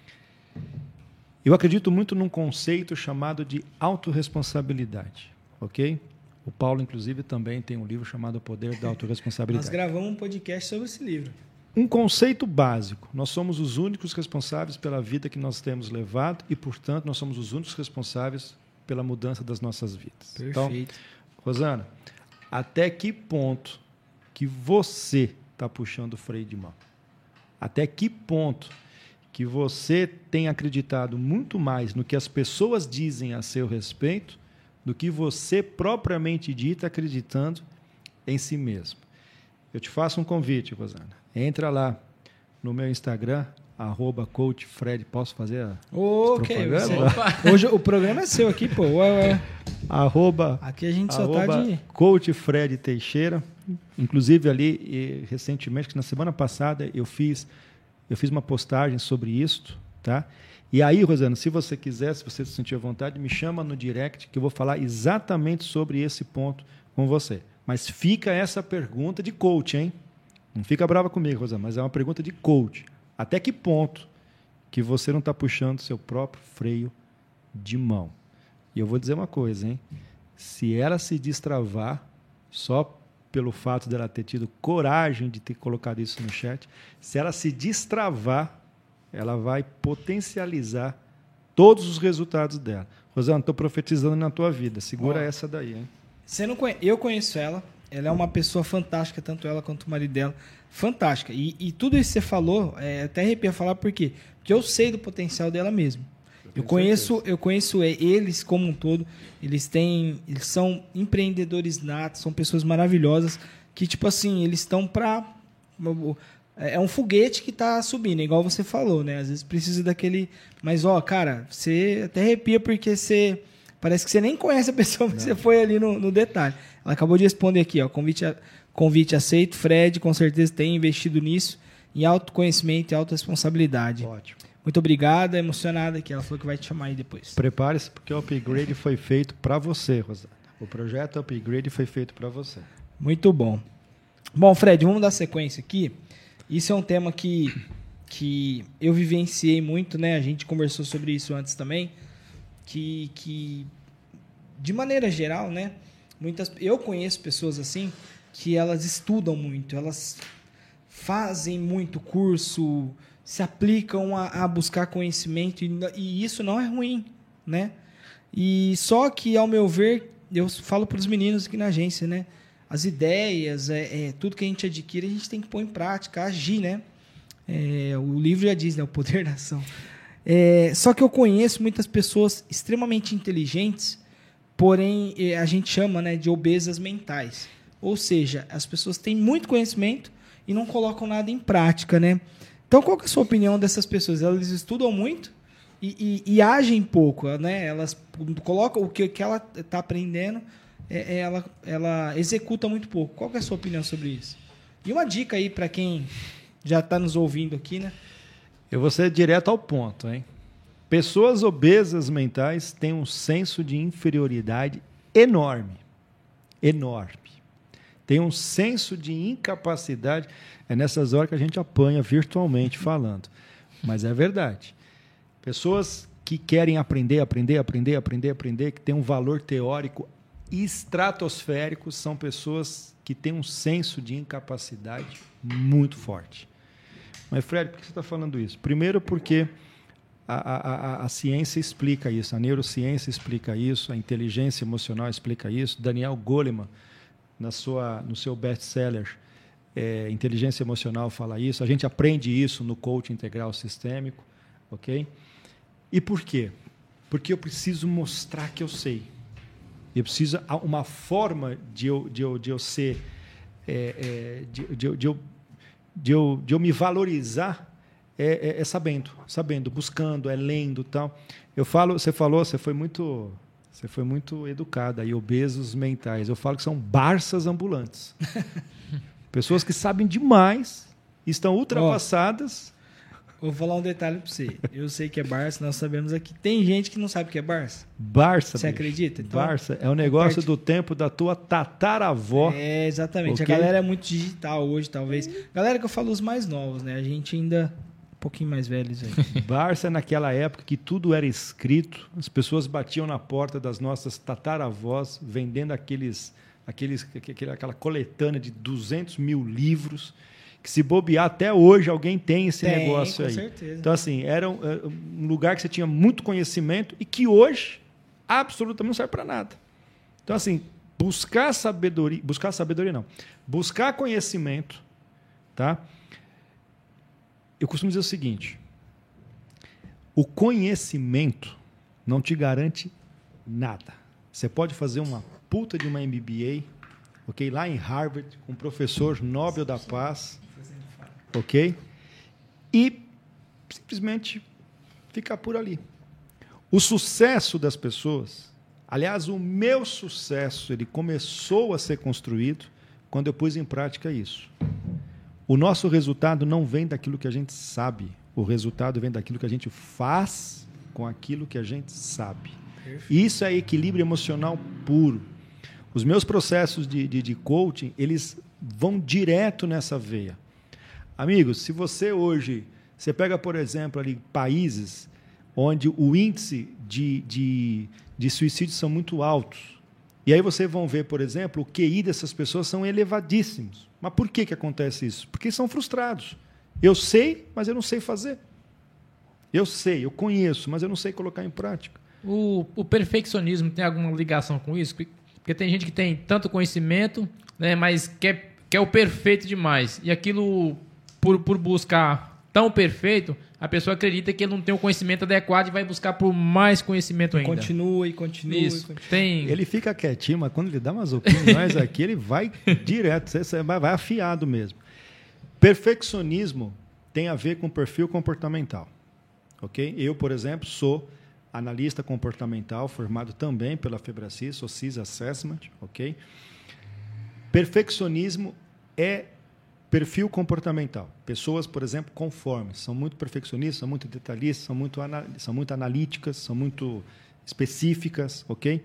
Eu acredito muito num conceito chamado de autorresponsabilidade, ok? O Paulo, inclusive, também tem um livro chamado O Poder da Autorresponsabilidade. Nós gravamos um podcast sobre esse livro. Um conceito básico. Nós somos os únicos responsáveis pela vida que nós temos levado e, portanto, nós somos os únicos responsáveis pela mudança das nossas vidas. Perfeito. Então, Rosana, até que ponto que você está puxando o freio de mão? Até que ponto que você tem acreditado muito mais no que as pessoas dizem a seu respeito do que você propriamente dita acreditando em si mesmo. Eu te faço um convite, Rosana. Entra lá no meu Instagram, arroba coachfred. Posso fazer a Ok. Hoje o programa é seu aqui, pô. Ué, ué. Arroba, aqui a gente só tá de... coachfred Teixeira. Inclusive ali, e, recentemente, que na semana passada eu fiz... Eu fiz uma postagem sobre isso, tá? E aí, Rosana, se você quiser, se você se sentir à vontade, me chama no direct que eu vou falar exatamente sobre esse ponto com você. Mas fica essa pergunta de coach, hein? Não fica brava comigo, Rosana, mas é uma pergunta de coach. Até que ponto que você não está puxando seu próprio freio de mão? E eu vou dizer uma coisa, hein? Se ela se destravar só pelo fato dela ter tido coragem de ter colocado isso no chat, se ela se destravar, ela vai potencializar todos os resultados dela. Rosana, estou profetizando na tua vida. Segura oh. essa daí, hein? Você não conhe... Eu conheço ela. Ela é uma pessoa fantástica, tanto ela quanto o marido dela. Fantástica. E, e tudo isso que você falou, é, até arrepia falar por quê? Porque eu sei do potencial dela mesmo. Eu, eu conheço, eu conheço eles como um todo. Eles têm, eles são empreendedores natos, são pessoas maravilhosas que, tipo assim, eles estão para... É um foguete que está subindo, igual você falou, né? Às vezes precisa daquele... Mas, ó, cara, você até arrepia porque você... Parece que você nem conhece a pessoa, porque você foi ali no, no detalhe. Ela acabou de responder aqui, ó. Convite, a, convite aceito. Fred, com certeza, tem investido nisso, em autoconhecimento e autorresponsabilidade. Ótimo. Muito obrigada, emocionada aqui. Ela falou que vai te chamar aí depois. Prepare-se, porque o upgrade foi feito para você, Rosana. O projeto upgrade foi feito para você. Muito bom. Bom, Fred, vamos dar sequência aqui. Isso é um tema que, que eu vivenciei muito, né? A gente conversou sobre isso antes também. Que, que de maneira geral, né? Muitas, eu conheço pessoas assim que elas estudam muito, elas fazem muito curso, se aplicam a, a buscar conhecimento e, e isso não é ruim, né? E só que, ao meu ver, eu falo para os meninos aqui na agência, né? As ideias, é, é, tudo que a gente adquire, a gente tem que pôr em prática, agir, né? É, o livro já diz, né? O poder da ação. É, só que eu conheço muitas pessoas extremamente inteligentes, porém a gente chama, né, de obesas mentais. Ou seja, as pessoas têm muito conhecimento e não colocam nada em prática, né? Então, qual que é a sua opinião dessas pessoas? Elas estudam muito e, e, e agem pouco, né? Elas colocam o que, que ela está aprendendo, é, ela, ela executa muito pouco. Qual que é a sua opinião sobre isso? E uma dica aí para quem já está nos ouvindo aqui, né? Eu vou ser direto ao ponto, hein? Pessoas obesas mentais têm um senso de inferioridade enorme. Enorme. Tem um senso de incapacidade. É nessas horas que a gente apanha virtualmente falando. Mas é verdade. Pessoas que querem aprender, aprender, aprender, aprender, aprender, que têm um valor teórico estratosférico, são pessoas que têm um senso de incapacidade muito forte. Mas, Fred, por que você está falando isso? Primeiro porque a, a, a, a ciência explica isso, a neurociência explica isso, a inteligência emocional explica isso. Daniel Goleman, na sua, no seu best-seller, é, Inteligência Emocional, fala isso. A gente aprende isso no coaching integral sistêmico. Ok? E por quê? Porque eu preciso mostrar que eu sei. Eu preciso uma forma de eu, de eu, de eu ser, é, é, de, de, de, eu, de, eu, de eu me valorizar é, é, é sabendo, sabendo, buscando, é lendo, tal. Eu falo, você falou, você foi muito, você foi muito educada aí, obesos mentais. Eu falo que são Barças ambulantes, pessoas que sabem demais, estão ultrapassadas. Oh. Vou falar um detalhe para você. Eu sei que é Barça, nós sabemos aqui. Tem gente que não sabe o que é Barça. Barça, Você bicho. acredita? Então, Barça é um negócio parte... do tempo da tua tataravó. É, exatamente. Okay? A galera é muito digital hoje, talvez. Galera que eu falo os mais novos, né? A gente ainda um pouquinho mais velhos aí. Barça é naquela época que tudo era escrito. As pessoas batiam na porta das nossas tataravós vendendo aqueles, aqueles, aquela coletânea de duzentos mil livros. Que se bobear até hoje alguém tem esse tem, negócio com aí. Certeza. Então, assim, era um, um lugar que você tinha muito conhecimento e que hoje absolutamente não serve para nada. Então, assim, buscar sabedoria, buscar sabedoria não, buscar conhecimento, tá? Eu costumo dizer o seguinte: o conhecimento não te garante nada. Você pode fazer uma puta de uma M B A, ok? Lá em Harvard, com um professor Nobel da Paz. Ok? E simplesmente ficar por ali. O sucesso das pessoas, aliás, o meu sucesso, ele começou a ser construído quando eu pus em prática isso. O nosso resultado não vem daquilo que a gente sabe, o resultado vem daquilo que a gente faz com aquilo que a gente sabe. Perfeito. Isso é equilíbrio emocional puro. Os meus processos de, de, de coaching, eles vão direto nessa veia. Amigos, se você hoje, você pega, por exemplo, ali, países onde o índice de, de, de suicídios são muito altos, e aí vocês vão ver, por exemplo, o Q I dessas pessoas são elevadíssimos. Mas por que, que acontece isso? Porque são frustrados. Eu sei, mas eu não sei fazer. Eu sei, eu conheço, mas eu não sei colocar em prática. O, o perfeccionismo tem alguma ligação com isso? Porque tem gente que tem tanto conhecimento, né, mas quer, quer o perfeito demais. E aquilo... Por, por buscar tão perfeito, a pessoa acredita que ele não tem o conhecimento adequado e vai buscar por mais conhecimento ainda. Continua e continua. Isso. E continua. Tem... Ele fica quietinho, mas quando ele dá umas opiniões aqui, ele vai direto, você vai, vai afiado mesmo. Perfeccionismo tem a ver com perfil comportamental. Okay? Eu, por exemplo, sou analista comportamental, formado também pela Febracis, sou C I S Assessment. Okay? Perfeccionismo é perfil comportamental. Pessoas, por exemplo, conformes, são muito perfeccionistas, são muito detalhistas, são muito, são muito analíticas, são muito específicas, ok?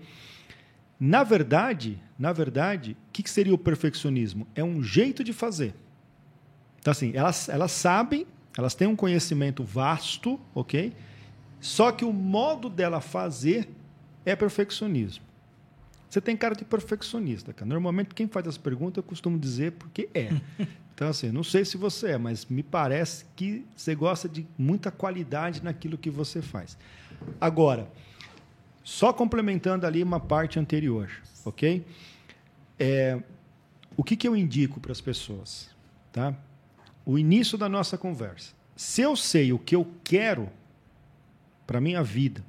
Na verdade, na verdade, o que seria o perfeccionismo? É um jeito de fazer. Então, assim, elas, elas sabem, elas têm um conhecimento vasto, ok? Só que o modo dela fazer é perfeccionismo. Você tem cara de perfeccionista, cara. Normalmente, quem faz as perguntas, eu costumo dizer porque é. Então, assim, não sei se você é, mas me parece que você gosta de muita qualidade naquilo que você faz. Agora, só complementando ali uma parte anterior, ok? É, o que, que eu indico para as pessoas? Tá? O início da nossa conversa. Se eu sei o que eu quero para a minha vida,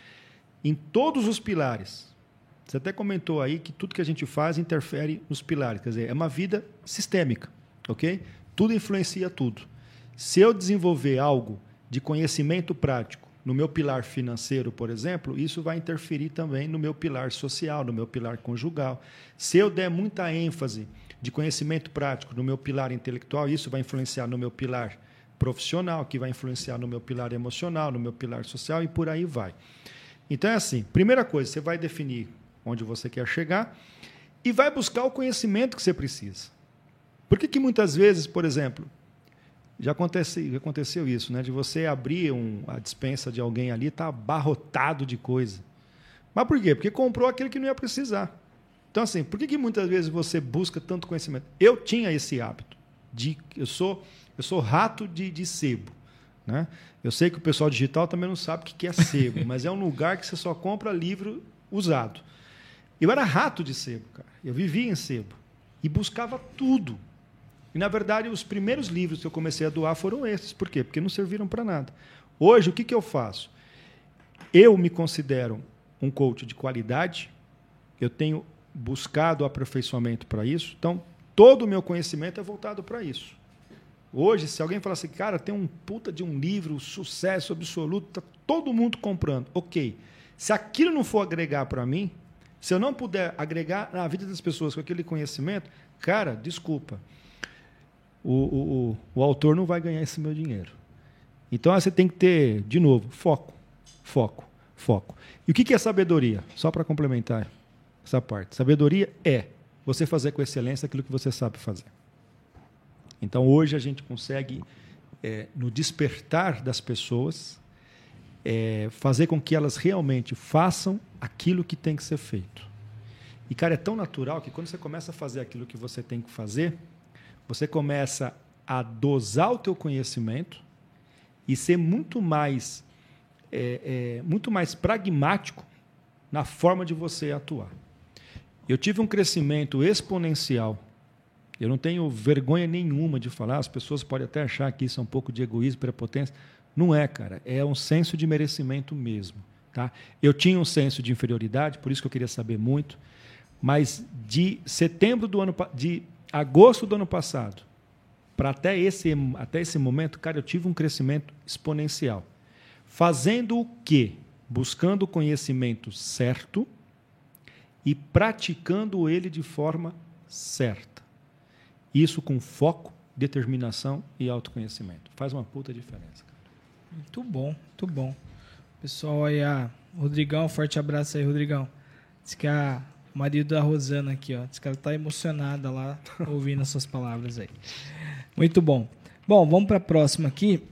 em todos os pilares, você até comentou aí que tudo que a gente faz interfere nos pilares, quer dizer, é uma vida sistêmica. Okay? Tudo influencia tudo. Se eu desenvolver algo de conhecimento prático no meu pilar financeiro, por exemplo, isso vai interferir também no meu pilar social, no meu pilar conjugal. Se eu der muita ênfase de conhecimento prático no meu pilar intelectual, isso vai influenciar no meu pilar profissional, que vai influenciar no meu pilar emocional, no meu pilar social e por aí vai. Então é assim, primeira coisa, você vai definir onde você quer chegar e vai buscar o conhecimento que você precisa. Por que que muitas vezes, por exemplo, já aconteceu, já aconteceu isso, né, de você abrir um, a despensa de alguém ali, está abarrotado de coisa. Mas por quê? Porque comprou aquilo que não ia precisar. Então, assim, por que que muitas vezes você busca tanto conhecimento? Eu tinha esse hábito. De, eu, sou, eu sou rato de, de sebo. Né? Eu sei que o pessoal digital também não sabe o que é sebo, mas é um lugar que você só compra livro usado. Eu era rato de sebo, cara. Eu vivia em sebo. E buscava tudo. E, na verdade, os primeiros livros que eu comecei a doar foram esses. Por quê? Porque não serviram para nada. Hoje, o que que eu faço? Eu me considero um coach de qualidade. Eu tenho buscado aperfeiçoamento para isso. Então, todo o meu conhecimento é voltado para isso. Hoje, se alguém falar assim, cara, tem um puta de um livro, sucesso absoluto, está todo mundo comprando. Ok. Se aquilo não for agregar para mim, se eu não puder agregar na vida das pessoas com aquele conhecimento, cara, desculpa. O, o, o, o autor não vai ganhar esse meu dinheiro. Então, você tem que ter, de novo, foco, foco, foco. E o que é sabedoria? Só para complementar essa parte. Sabedoria é você fazer com excelência aquilo que você sabe fazer. Então, hoje a gente consegue, é, no despertar das pessoas, é, fazer com que elas realmente façam aquilo que tem que ser feito. E, cara, é tão natural que quando você começa a fazer aquilo que você tem que fazer, você começa a dosar o teu conhecimento e ser muito mais, é, é, muito mais pragmático na forma de você atuar. Eu tive um crescimento exponencial. Eu não tenho vergonha nenhuma de falar. As pessoas podem até achar que isso é um pouco de egoísmo, prepotência. Não é, cara. É um senso de merecimento mesmo. Tá? Eu tinha um senso de inferioridade, por isso que eu queria saber muito. Mas de setembro do ano... de agosto do ano passado para até esse, até esse momento, cara, eu tive um crescimento exponencial. Fazendo o quê? Buscando o conhecimento certo e praticando ele de forma certa. Isso com foco, determinação e autoconhecimento. Faz uma puta diferença, cara. Muito bom, muito bom. Pessoal aí, a Rodrigão, forte abraço aí, Rodrigão. Diz que a o marido da Rosana aqui, ó, diz que ela está emocionada lá ouvindo as suas palavras aí. Muito bom. Bom, vamos para a próxima aqui.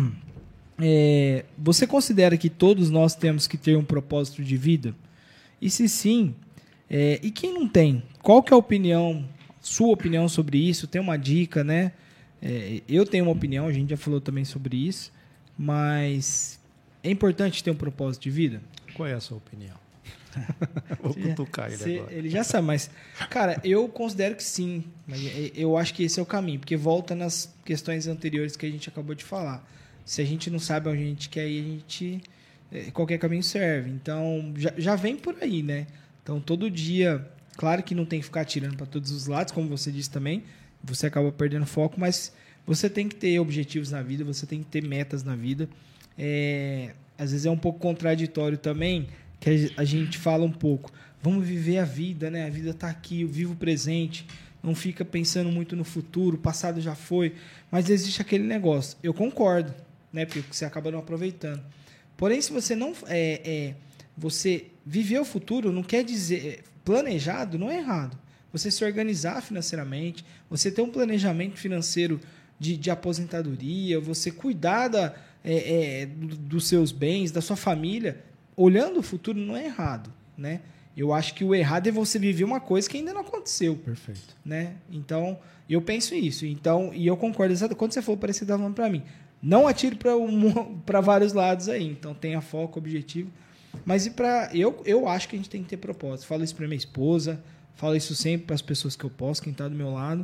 É, você considera que todos nós temos que ter um propósito de vida? E se sim, é, e quem não tem? Qual que é a opinião, sua opinião sobre isso? Tem uma dica, né? É, eu tenho uma opinião, a gente já falou também sobre isso, mas é importante ter um propósito de vida? Qual é a sua opinião? Vou cutucar ele Cê, agora. Ele já sabe, mas, cara, eu considero que sim. Mas eu acho que esse é o caminho, porque volta nas questões anteriores que a gente acabou de falar. Se a gente não sabe onde a gente quer ir, a gente, qualquer caminho serve. Então, já, já vem por aí, né? Então, todo dia, claro que não tem que ficar atirando para todos os lados, como você disse também, você acaba perdendo foco, mas você tem que ter objetivos na vida, você tem que ter metas na vida. É, às vezes é um pouco contraditório também, que a gente fala um pouco, vamos viver a vida, né? A vida está aqui, eu vivo o presente, não fica pensando muito no futuro, o passado já foi, mas existe aquele negócio. Eu concordo, né? Porque você acaba não aproveitando. Porém, se você não é, é, você viver o futuro, não quer dizer planejado, não é errado. Você se organizar financeiramente, você ter um planejamento financeiro de, de aposentadoria, você cuidar da, é, é, dos seus bens, da sua família. Olhando o futuro não é errado, né? Eu acho que o errado é você viver uma coisa que ainda não aconteceu. Perfeito. Né? Então, eu penso isso. Então, e eu concordo exatamente. Quando você falou, parece que você estava falando para mim. Não atire para vários lados aí. Então, tenha foco, objetivo. Mas e para eu, eu acho que a gente tem que ter propósito. Falo isso para minha esposa, falo isso sempre para as pessoas que eu posso, quem está do meu lado.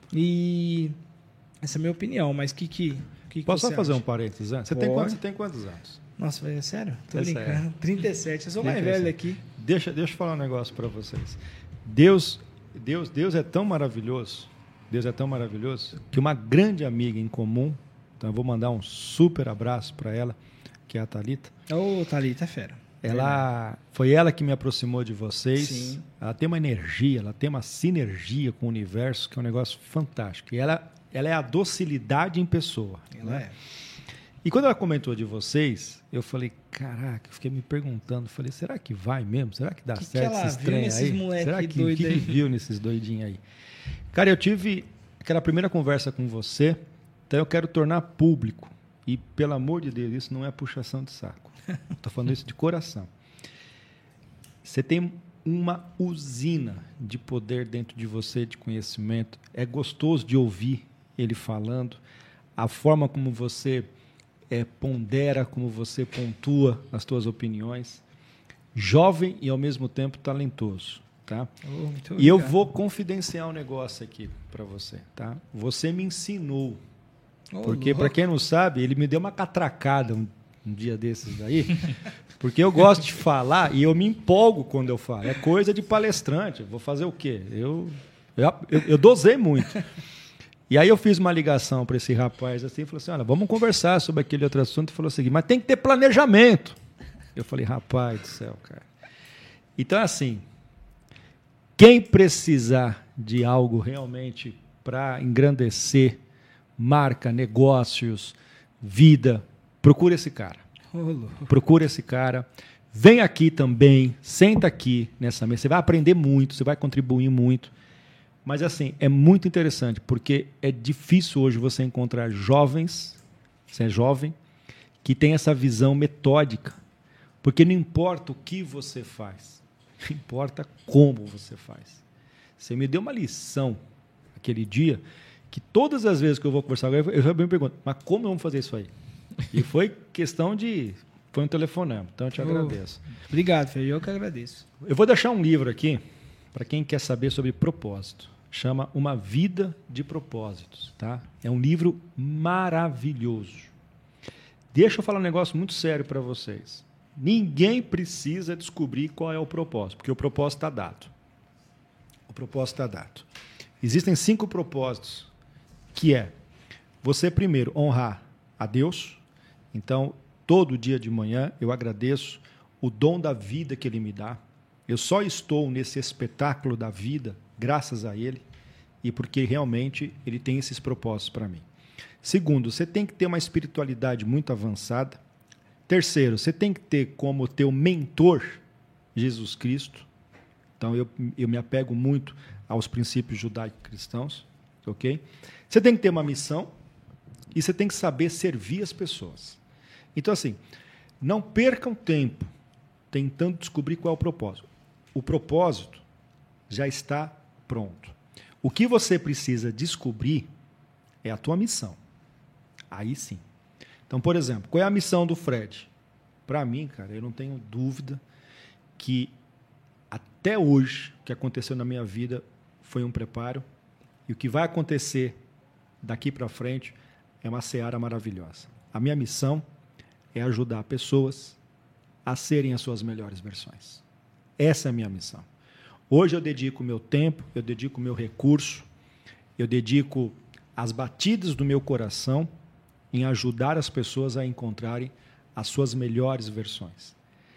E essa é a minha opinião. Mas o que, que, que Posso você só fazer acha? um parênteses? Né? Você, tem quantos, você tem quantos anos? Nossa, é sério? Tô É brincando. sério. trinta e sete. Eu sou mais velho aqui. Deixa, deixa eu falar um negócio para vocês. Deus, Deus, Deus é tão maravilhoso, Deus é tão maravilhoso, que uma grande amiga em comum, então eu vou mandar um super abraço para ela, que é a Thalita. Ô, Thalita, é fera. Ela, foi ela que me aproximou de vocês. Sim. Ela tem uma energia, ela tem uma sinergia com o universo, que é um negócio fantástico. E ela, ela é a docilidade em pessoa. Ela né? é. E quando ela comentou de vocês, eu falei, caraca, eu fiquei me perguntando, falei, será que vai mesmo? Será que dá Que que certo ela esse viu trem nesses aí? moleque Será que, doido que, aí? que viu nesses doidinhos aí? Cara, eu tive aquela primeira conversa com você, então eu quero tornar público. E, pelo amor de Deus, isso não é puxação de saco. Estou falando isso de coração. Você tem uma usina de poder dentro de você, de conhecimento. É gostoso de ouvir ele falando. A forma como você é, pondera, como você pontua as suas opiniões. Jovem e, ao mesmo tempo, talentoso. Tá? Oh, muito e eu obrigado. vou confidenciar um negócio aqui para você. Tá? Você me ensinou. Ô, Porque, louco. para quem não sabe, ele me deu uma catracada um, um dia desses daí, porque eu gosto de falar e eu me empolgo quando eu falo. É coisa de palestrante. Eu vou fazer o quê? Eu, eu, eu, eu dosei muito. E aí eu fiz uma ligação para esse rapaz assim, e falou assim, olha, vamos conversar sobre aquele outro assunto. Ele falou o seguinte, mas tem que ter planejamento. Eu falei, rapaz do céu, cara. Então, assim, quem precisar de algo realmente para engrandecer marca, negócios, vida, procura esse cara. Ô, louco. Procura esse cara. Vem aqui também, senta aqui nessa mesa. Você vai aprender muito, você vai contribuir muito. Mas, assim, é muito interessante, porque é difícil hoje você encontrar jovens, você é jovem, que tem essa visão metódica. Porque não importa o que você faz, importa como você faz. Você me deu uma lição aquele dia, que todas as vezes que eu vou conversar com ele, eu já me pergunto, mas como vamos fazer isso aí? E foi questão de... Foi um telefonema, então eu te Oh. agradeço. Obrigado, Fê. Eu que agradeço. Eu vou deixar um livro aqui, para quem quer saber sobre propósito. Chama Uma Vida de Propósitos. Tá? É um livro maravilhoso. Deixa eu falar um negócio muito sério para vocês. Ninguém precisa descobrir qual é o propósito, porque o propósito está dado. O propósito está dado. Existem cinco propósitos, que é você, primeiro, honrar a Deus. Então, todo dia de manhã eu agradeço o dom da vida que Ele me dá. Eu só estou nesse espetáculo da vida graças a Ele e porque realmente Ele tem esses propósitos para mim. Segundo, você tem que ter uma espiritualidade muito avançada. Terceiro, você tem que ter como teu mentor Jesus Cristo. Então, eu, eu me apego muito aos princípios judaico-cristãos. Ok? Você tem que ter uma missão e você tem que saber servir as pessoas. Então, assim, não percam tempo tentando descobrir qual é o propósito. O propósito já está pronto. O que você precisa descobrir é a tua missão. Aí sim. Então, por exemplo, qual é a missão do Fred? Para mim, cara, eu não tenho dúvida que até hoje o que aconteceu na minha vida foi um preparo e o que vai acontecer daqui para frente é uma seara maravilhosa. A minha missão é ajudar pessoas a serem as suas melhores versões. Essa é a minha missão. Hoje eu dedico o meu tempo, eu dedico o meu recurso, eu dedico as batidas do meu coração em ajudar as pessoas a encontrarem as suas melhores versões.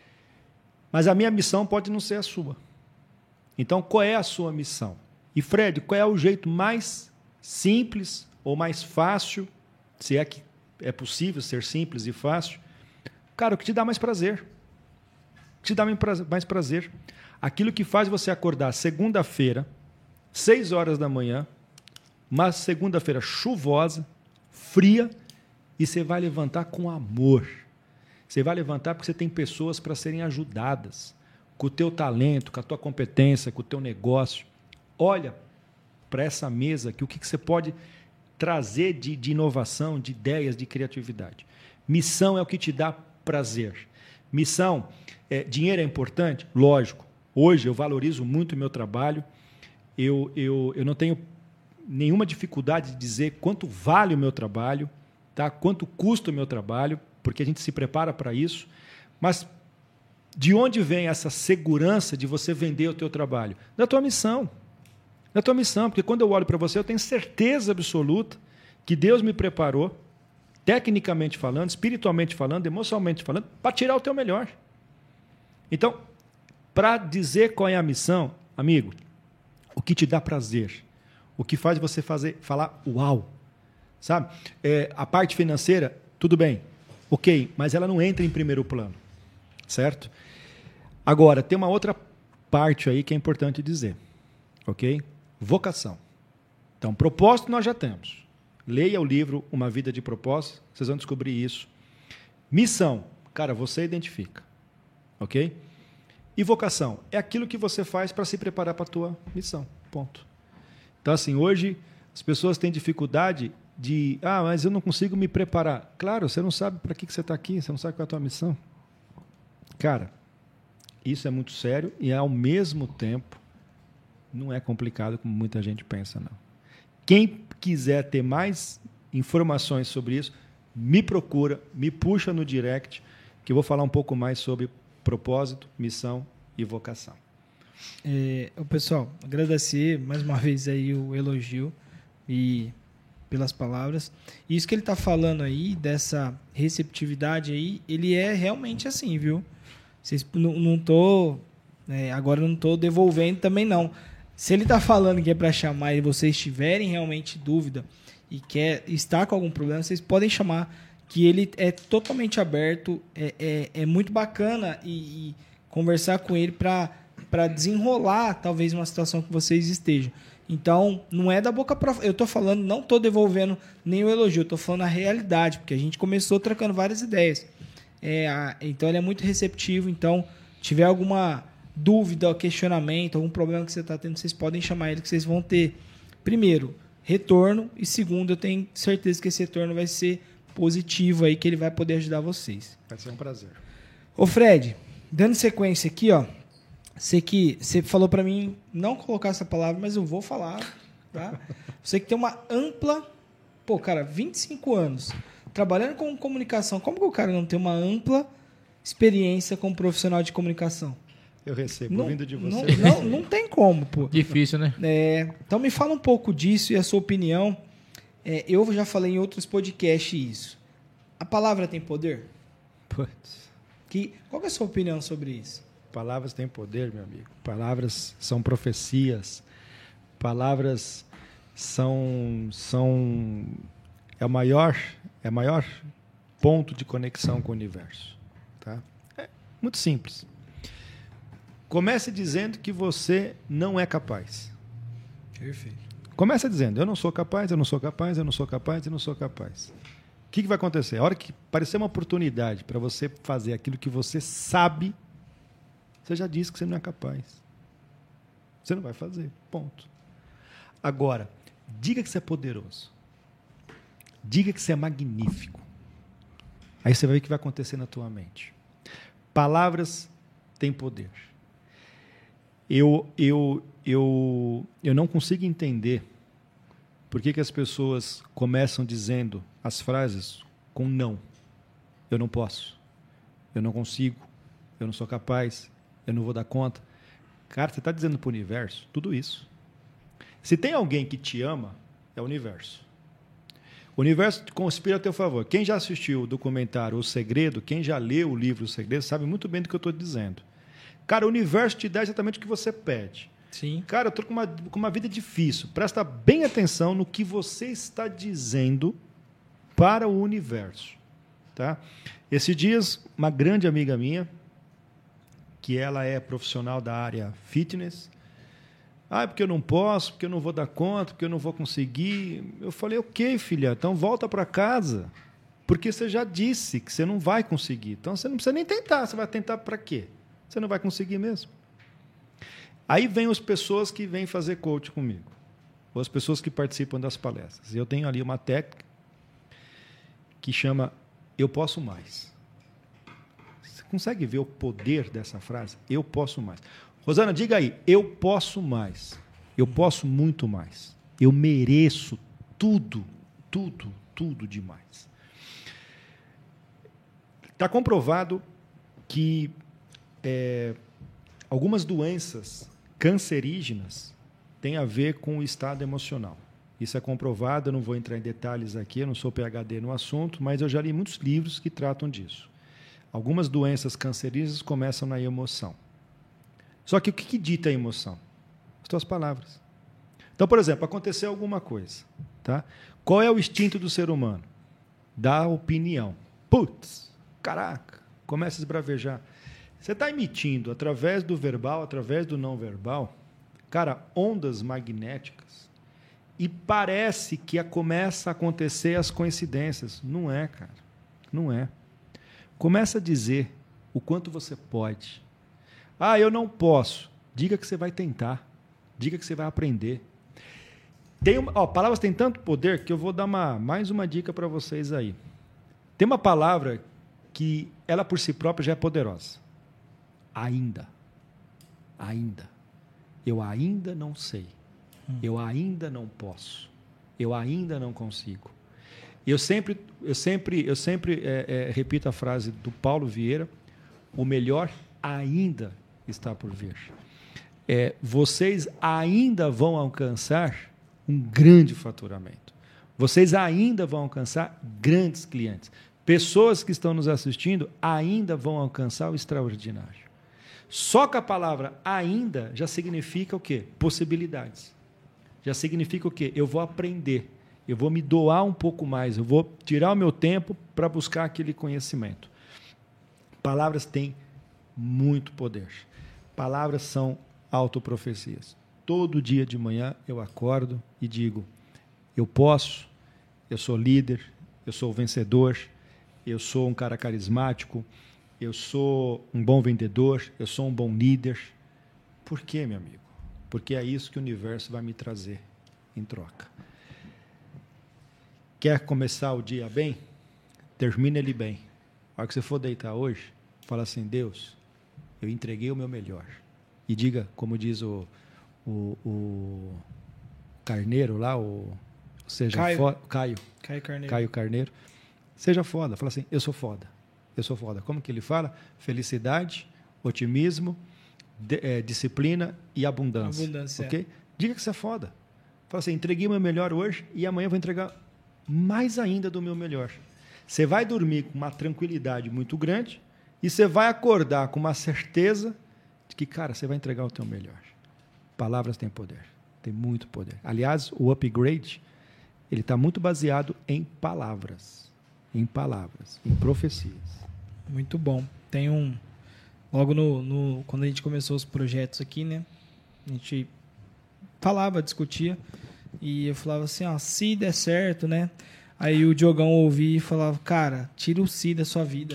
Mas a minha missão pode não ser a sua. Então, qual é a sua missão? E, Fred, qual é o jeito mais simples ou mais fácil, se é que é possível ser simples e fácil? Cara, o que te dá mais prazer. O que te dá mais prazer. Aquilo que faz você acordar segunda-feira, seis horas da manhã, uma segunda-feira chuvosa, fria, e você vai levantar com amor. Você vai levantar porque você tem pessoas para serem ajudadas, com o teu talento, com a tua competência, com o teu negócio. Olha para essa mesa que o que você pode trazer de, de inovação, de ideias, de criatividade. Missão é o que te dá prazer. Missão, é, dinheiro é importante? Lógico. Hoje eu valorizo muito o meu trabalho. Eu, eu, eu não tenho nenhuma dificuldade de dizer quanto vale o meu trabalho, tá? Quanto custa o meu trabalho, porque a gente se prepara para isso. Mas de onde vem essa segurança de você vender o teu trabalho? Da tua missão. Da tua missão, porque quando eu olho para você, eu tenho certeza absoluta que Deus me preparou, tecnicamente falando, espiritualmente falando, emocionalmente falando, para tirar o teu melhor. Então, para dizer qual é a missão, amigo, o que te dá prazer, o que faz você fazer, falar uau, sabe? É, a parte financeira, tudo bem, ok, mas ela não entra em primeiro plano, certo? Agora, tem uma outra parte aí que é importante dizer, ok? Vocação. Então, propósito nós já temos. Leia o livro Uma Vida de Propósito, vocês vão descobrir isso. Missão, cara, você identifica, ok? E vocação é aquilo que você faz para se preparar para a tua missão, ponto. Então, assim, hoje as pessoas têm dificuldade de, ah, mas eu não consigo me preparar. Claro, você não sabe para que, que você está aqui, você não sabe qual é a tua missão. Cara, isso é muito sério e, ao mesmo tempo, não é complicado como muita gente pensa, não. Quem quiser ter mais informações sobre isso, me procura, me puxa no direct, que eu vou falar um pouco mais sobre propósito, missão e vocação. É, o pessoal, agradecer mais uma vez aí o elogio e pelas palavras. Isso que ele está falando aí, dessa receptividade aí, ele é realmente assim, viu? Vocês, não, não tô, é, agora não estou devolvendo também não. Se ele está falando que é para chamar e vocês tiverem realmente dúvida e quer estar com algum problema, vocês podem chamar, que ele é totalmente aberto, é, é, é muito bacana e, e conversar com ele para para desenrolar talvez uma situação que vocês estejam. Então, não é da boca para fora. Eu estou falando, não estou devolvendo nenhum elogio, estou falando a realidade, porque a gente começou trocando várias ideias. É, a, então, ele é muito receptivo. Então, tiver alguma dúvida, questionamento, algum problema que você está tendo, vocês podem chamar ele, que vocês vão ter, primeiro, retorno, e segundo, eu tenho certeza que esse retorno vai ser positivo aí, que ele vai poder ajudar vocês. Vai ser um prazer. Ô Fred, dando sequência aqui, ó, você que você falou para mim não colocar essa palavra, mas eu vou falar, tá? Você que tem uma ampla, pô, cara, vinte e cinco anos trabalhando com comunicação, como que o cara não tem uma ampla experiência como profissional de comunicação? Eu recebo, não, vindo de você. Não, não, não tem como, pô. Difícil, né? É, então me fala um pouco disso e a sua opinião. É, eu já falei em outros podcasts isso. A palavra tem poder? Putz. Que, qual que é a sua opinião sobre isso? Palavras têm poder, meu amigo. Palavras são profecias. Palavras são são é o maior é o maior ponto de conexão com o universo, tá? É muito simples. Comece dizendo que você não é capaz. Perfeito. Comece dizendo, eu não sou capaz, eu não sou capaz, eu não sou capaz, eu não sou capaz. O que, que vai acontecer? A hora que aparecer uma oportunidade para você fazer aquilo que você sabe, você já disse que você não é capaz. Você não vai fazer. Ponto. Agora, diga que você é poderoso. Diga que você é magnífico. Aí você vai ver o que vai acontecer na tua mente. Palavras têm poder. Eu, eu, eu, eu não consigo entender por que, que as pessoas começam dizendo as frases com não. Eu não posso. Eu não consigo. Eu não sou capaz. Eu não vou dar conta. Cara, você está dizendo para o universo tudo isso. Se tem alguém que te ama, é o universo. O universo conspira a teu favor. Quem já assistiu o documentário O Segredo, quem já leu o livro O Segredo, sabe muito bem do que eu estou dizendo. Cara, o universo te dá exatamente o que você pede. Sim. Cara, eu estou com uma, com uma vida difícil. Presta bem atenção no que você está dizendo para o universo. Tá? Esses dias, uma grande amiga minha, que ela é profissional da área fitness, ah, porque eu não posso, porque eu não vou dar conta, porque eu não vou conseguir. Eu falei, ok, filha, então volta para casa, porque você já disse que você não vai conseguir. Então você não precisa nem tentar, você vai tentar para quê? Você não vai conseguir mesmo. Aí vem as pessoas que vêm fazer coach comigo, ou as pessoas que participam das palestras. Eu tenho ali uma técnica que chama Eu Posso Mais. Você consegue ver o poder dessa frase? Eu posso mais. Rosana, diga aí, eu posso mais. Eu posso muito mais. Eu mereço tudo, tudo, tudo demais. Está comprovado que é, algumas doenças cancerígenas têm a ver com o estado emocional. Isso é comprovado, eu não vou entrar em detalhes aqui, eu não sou P H D no assunto, mas eu já li muitos livros que tratam disso. Algumas doenças cancerígenas começam na emoção. Só que o que, que dita a emoção? As tuas palavras. Então, por exemplo, aconteceu alguma coisa. Tá? Qual é o instinto do ser humano? Dar opinião. Putz, caraca, começa a esbravejar. Você está emitindo, através do verbal, através do não verbal, cara, ondas magnéticas. E parece que a, começa a acontecer as coincidências. Não é, cara. Não é. Começa a dizer o quanto você pode. Ah, eu não posso. Diga que você vai tentar. Diga que você vai aprender. Tem uma, ó, palavras têm tanto poder que eu vou dar uma, mais uma dica para vocês aí. Tem uma palavra que ela por si própria já é poderosa. Ainda. Ainda. Eu ainda não sei. Hum. Eu ainda não posso. Eu ainda não consigo. Eu sempre, eu sempre, eu sempre é, é, repito a frase do Paulo Vieira: o melhor ainda está por vir. É, vocês ainda vão alcançar um grande faturamento. Vocês ainda vão alcançar grandes clientes. Pessoas que estão nos assistindo ainda vão alcançar o extraordinário. Só que a palavra ainda já significa o quê? Possibilidades. Já significa o quê? Eu vou aprender. Eu vou me doar um pouco mais, eu vou tirar o meu tempo para buscar aquele conhecimento. Palavras têm muito poder. Palavras são autoprofecias. Todo dia de manhã eu acordo e digo: eu posso, eu sou líder, eu sou vencedor, eu sou um cara carismático, eu sou um bom vendedor, eu sou um bom líder. Por quê, meu amigo? Porque é isso que o universo vai me trazer em troca. Quer começar o dia bem? Termina ele bem. A hora que você for deitar hoje, fala assim: Deus, eu entreguei o meu melhor. E diga, como diz o, o, o Carneiro lá, o, seja Caio. Fo, Caio, Caio Carneiro. Caio Carneiro, seja foda. Fala assim: eu sou foda. Eu sou foda. Como que ele fala? Felicidade, otimismo, de, é, disciplina e abundância. Abundância. Okay? Diga que você é foda. Fala assim: entreguei o meu melhor hoje e amanhã eu vou entregar mais ainda do meu melhor. Você vai dormir com uma tranquilidade muito grande e você vai acordar com uma certeza de que, cara, você vai entregar o teu melhor. Palavras têm poder, tem muito poder. Aliás, o upgrade, ele está muito baseado em palavras, em palavras, em profecias. Muito bom. Tem um... Logo no, no, quando a gente começou os projetos aqui, né? A gente falava, discutia, e eu falava assim, ó, se der certo, né? Aí o Diogão ouvia e falava, cara, tira o se da sua vida.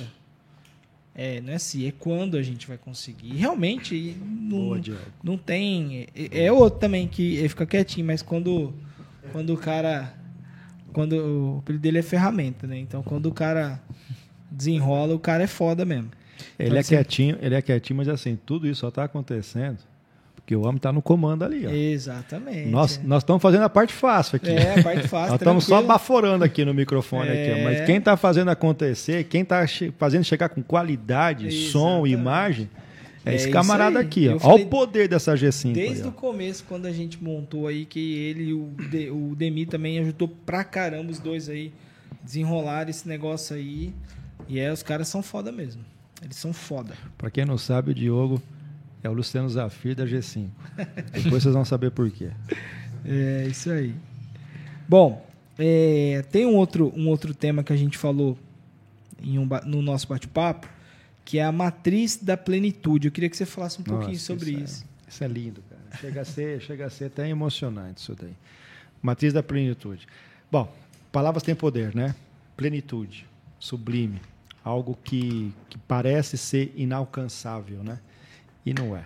É, não é se, é quando a gente vai conseguir. E realmente, não, Boa, não tem... É, é outro também que ele fica quietinho, mas quando, quando o cara... Quando, o apelido dele é ferramenta, né? Então, quando o cara desenrola, o cara é foda mesmo. Ele então, é assim, quietinho, ele é quietinho, mas assim, tudo isso só está acontecendo porque o homem está no comando ali. Ó. Exatamente. Nós, é. nós estamos fazendo a parte fácil aqui. É, a parte fácil. Nós estamos só baforando aqui no microfone. É. Aqui, mas quem está fazendo acontecer, quem está che- fazendo chegar com qualidade, Exatamente. som e imagem, é, É esse isso camarada aí. aqui. Ó. Eu Olha falei o poder dessa G cinco. Desde aí, o começo, quando a gente montou aí, que ele e o, De, o Demi também ajudou pra caramba os dois aí, desenrolar esse negócio aí. E é, os caras são foda mesmo. Eles são foda. Para quem não sabe, o Diogo é o Luciano Zafir da G cinco. Depois vocês vão saber por quê. É, isso aí. Bom, é, tem um outro, um outro tema que a gente falou em um, no nosso bate-papo, que é a matriz da plenitude. Eu queria que você falasse um Nossa, pouquinho sobre isso. isso. É, isso é lindo, cara. Chega a ser, chega a ser até emocionante isso daí. Matriz da plenitude. Bom, palavras têm poder, né? Plenitude, sublime, algo que, que parece ser inalcançável, né? E não é.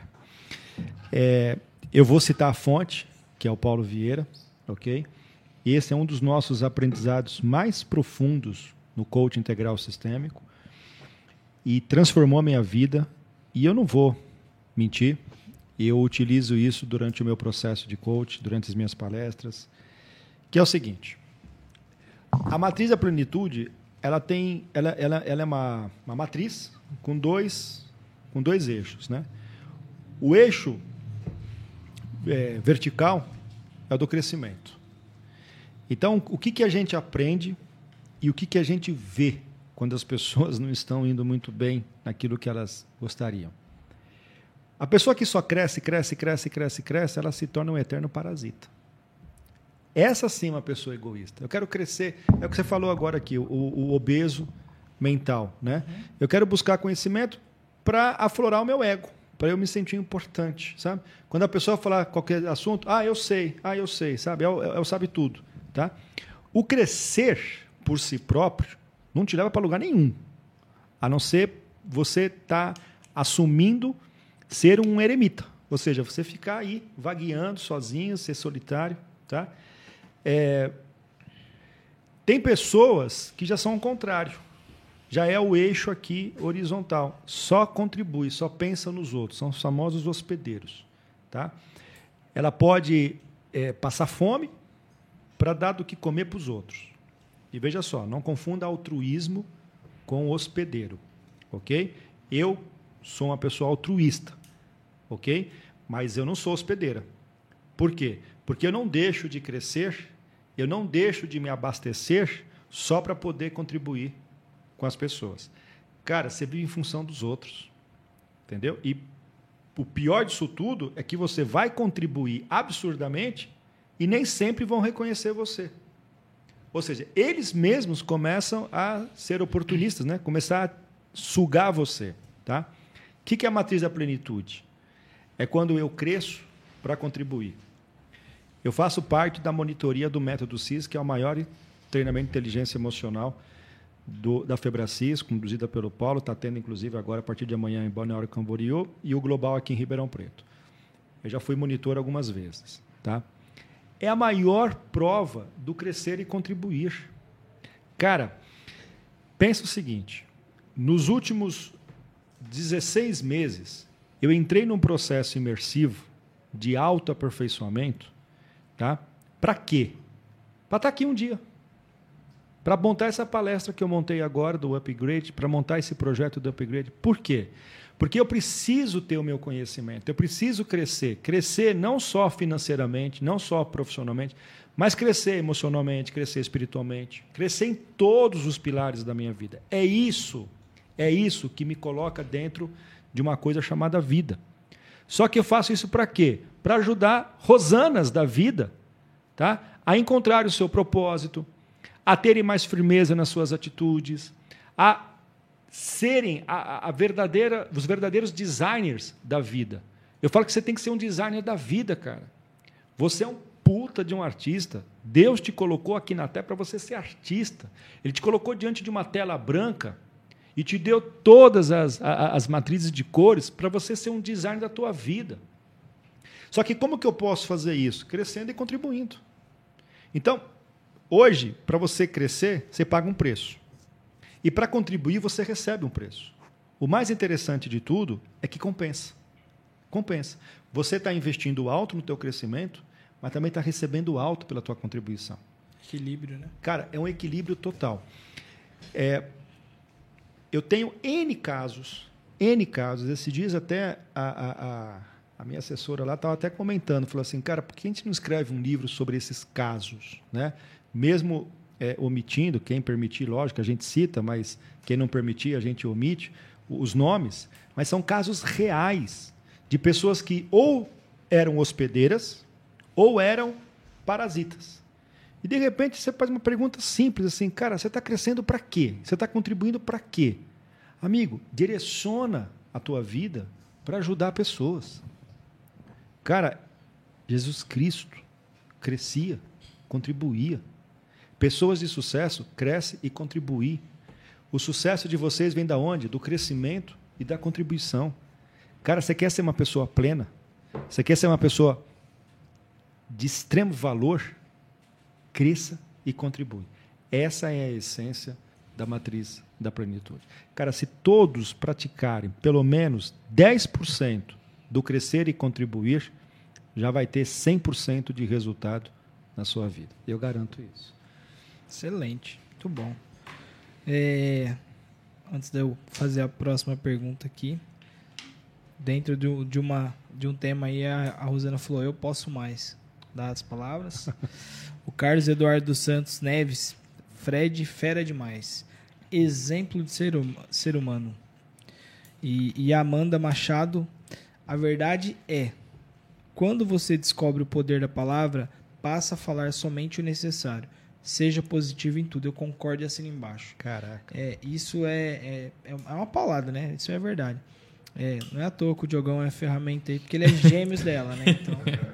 é. Eu vou citar a fonte, que é o Paulo Vieira, ok? Esse é um dos nossos aprendizados mais profundos no coaching integral sistêmico e transformou a minha vida. E eu não vou mentir, eu utilizo isso durante o meu processo de coaching, durante as minhas palestras, que é o seguinte: a matriz da plenitude, ela tem, ela, ela, ela é uma, uma matriz com dois, com dois eixos, né? O eixo é, vertical é o do crescimento. Então, o que, que a gente aprende e o que, que a gente vê quando as pessoas não estão indo muito bem naquilo que elas gostariam. A pessoa que só cresce, cresce, cresce, cresce, cresce, ela se torna um eterno parasita. Essa sim é uma pessoa egoísta. Eu quero crescer, é o que você falou agora aqui, o, o obeso mental, né? Uhum. Eu quero buscar conhecimento para aflorar o meu ego, para eu me sentir importante, sabe? Quando a pessoa falar qualquer assunto, ah, eu sei, ah, eu sei, sabe? Eu, eu, eu sabe tudo, tá? O crescer por si próprio não te leva para lugar nenhum, a não ser você estar tá assumindo ser um eremita, ou seja, você ficar aí vagueando sozinho, ser solitário, tá? É... Tem pessoas que já são o contrário. Já é o eixo aqui horizontal. Só contribui, só pensa nos outros. São os famosos hospedeiros. Tá? Ela pode é, passar fome para dar do que comer para os outros. E veja só, não confunda altruísmo com hospedeiro. Ok? Eu sou uma pessoa altruísta. Ok? Mas eu não sou hospedeira. Por quê? Porque eu não deixo de crescer, eu não deixo de me abastecer só para poder contribuir com as pessoas. Cara, você vive em função dos outros. Entendeu? E o pior disso tudo é que você vai contribuir absurdamente e nem sempre vão reconhecer você. Ou seja, eles mesmos começam a ser oportunistas, né? Começar a sugar você. Tá? O que é a matriz da plenitude? É quando eu cresço para contribuir. Eu faço parte da monitoria do método C I S, que é o maior treinamento de inteligência emocional Do, da Febracis, conduzida pelo Paulo, está tendo, inclusive, agora, a partir de amanhã, em Balneário Camboriú, e o Global aqui em Ribeirão Preto. Eu já fui monitor algumas vezes. Tá? É a maior prova do crescer e contribuir. Cara, pensa o seguinte, nos últimos dezesseis meses, eu entrei num processo imersivo de autoaperfeiçoamento, tá? Para quê? Para estar aqui um dia. Para montar essa palestra que eu montei agora do Upgrade, para montar esse projeto do Upgrade. Por quê? Porque eu preciso ter o meu conhecimento, eu preciso crescer. Crescer não só financeiramente, não só profissionalmente, mas crescer emocionalmente, crescer espiritualmente, crescer em todos os pilares da minha vida. É isso, é isso que me coloca dentro de uma coisa chamada vida. Só que eu faço isso para quê? Para ajudar rosanas da vida, tá? A encontrar o seu propósito, a terem mais firmeza nas suas atitudes, a serem a, a verdadeira, os verdadeiros designers da vida. Eu falo que você tem que ser um designer da vida, cara. Você é um puta de um artista. Deus te colocou aqui na Terra para você ser artista. Ele te colocou diante de uma tela branca e te deu todas as, a, as matrizes de cores para você ser um designer da tua vida. Só que como que eu posso fazer isso? Crescendo e contribuindo. Então, hoje, para você crescer, você paga um preço. E para contribuir, você recebe um preço. O mais interessante de tudo é que compensa. Compensa. Você está investindo alto no teu crescimento, mas também está recebendo alto pela tua contribuição. Equilíbrio, né? Cara, é um equilíbrio total. É, eu tenho N casos, N casos. Esses dias até a, a, a, a minha assessora lá estava até comentando, falou assim, cara, por que a gente não escreve um livro sobre esses casos, né? Mesmo é, omitindo, quem permitir, lógico, a gente cita, mas quem não permitir, a gente omite os nomes, mas são casos reais de pessoas que ou eram hospedeiras ou eram parasitas. E, de repente, você faz uma pergunta simples assim, cara, você está crescendo para quê? Você está contribuindo para quê? Amigo, direciona a tua vida para ajudar pessoas. Cara, Jesus Cristo crescia, contribuía. Pessoas de sucesso crescem e contribuem. O sucesso de vocês vem da onde? Do crescimento e da contribuição. Cara, você quer ser uma pessoa plena? Você quer ser uma pessoa de extremo valor? Cresça e contribui. Essa é a essência da matriz da plenitude. Cara, se todos praticarem pelo menos dez por cento do crescer e contribuir, já vai ter cem por cento de resultado na sua vida. Eu garanto isso. Excelente, muito bom. É, antes de eu fazer a próxima pergunta aqui, dentro de, de, uma, de um tema aí, a, a Rosana falou, eu posso mais, dar as palavras. O Carlos Eduardo dos Santos Neves, Fred, fera demais. exemplo de ser, hum, ser humano. E, e a Amanda Machado, a verdade é, quando você descobre o poder da palavra, passa a falar somente o necessário. Seja positivo em tudo. Eu concordo e assino embaixo. Caraca. É, isso é, é, é uma paulada, né? Isso é verdade. É, não é à toa que o Diogão é ferramenta aí, porque ele é gêmeos dela, né? Então...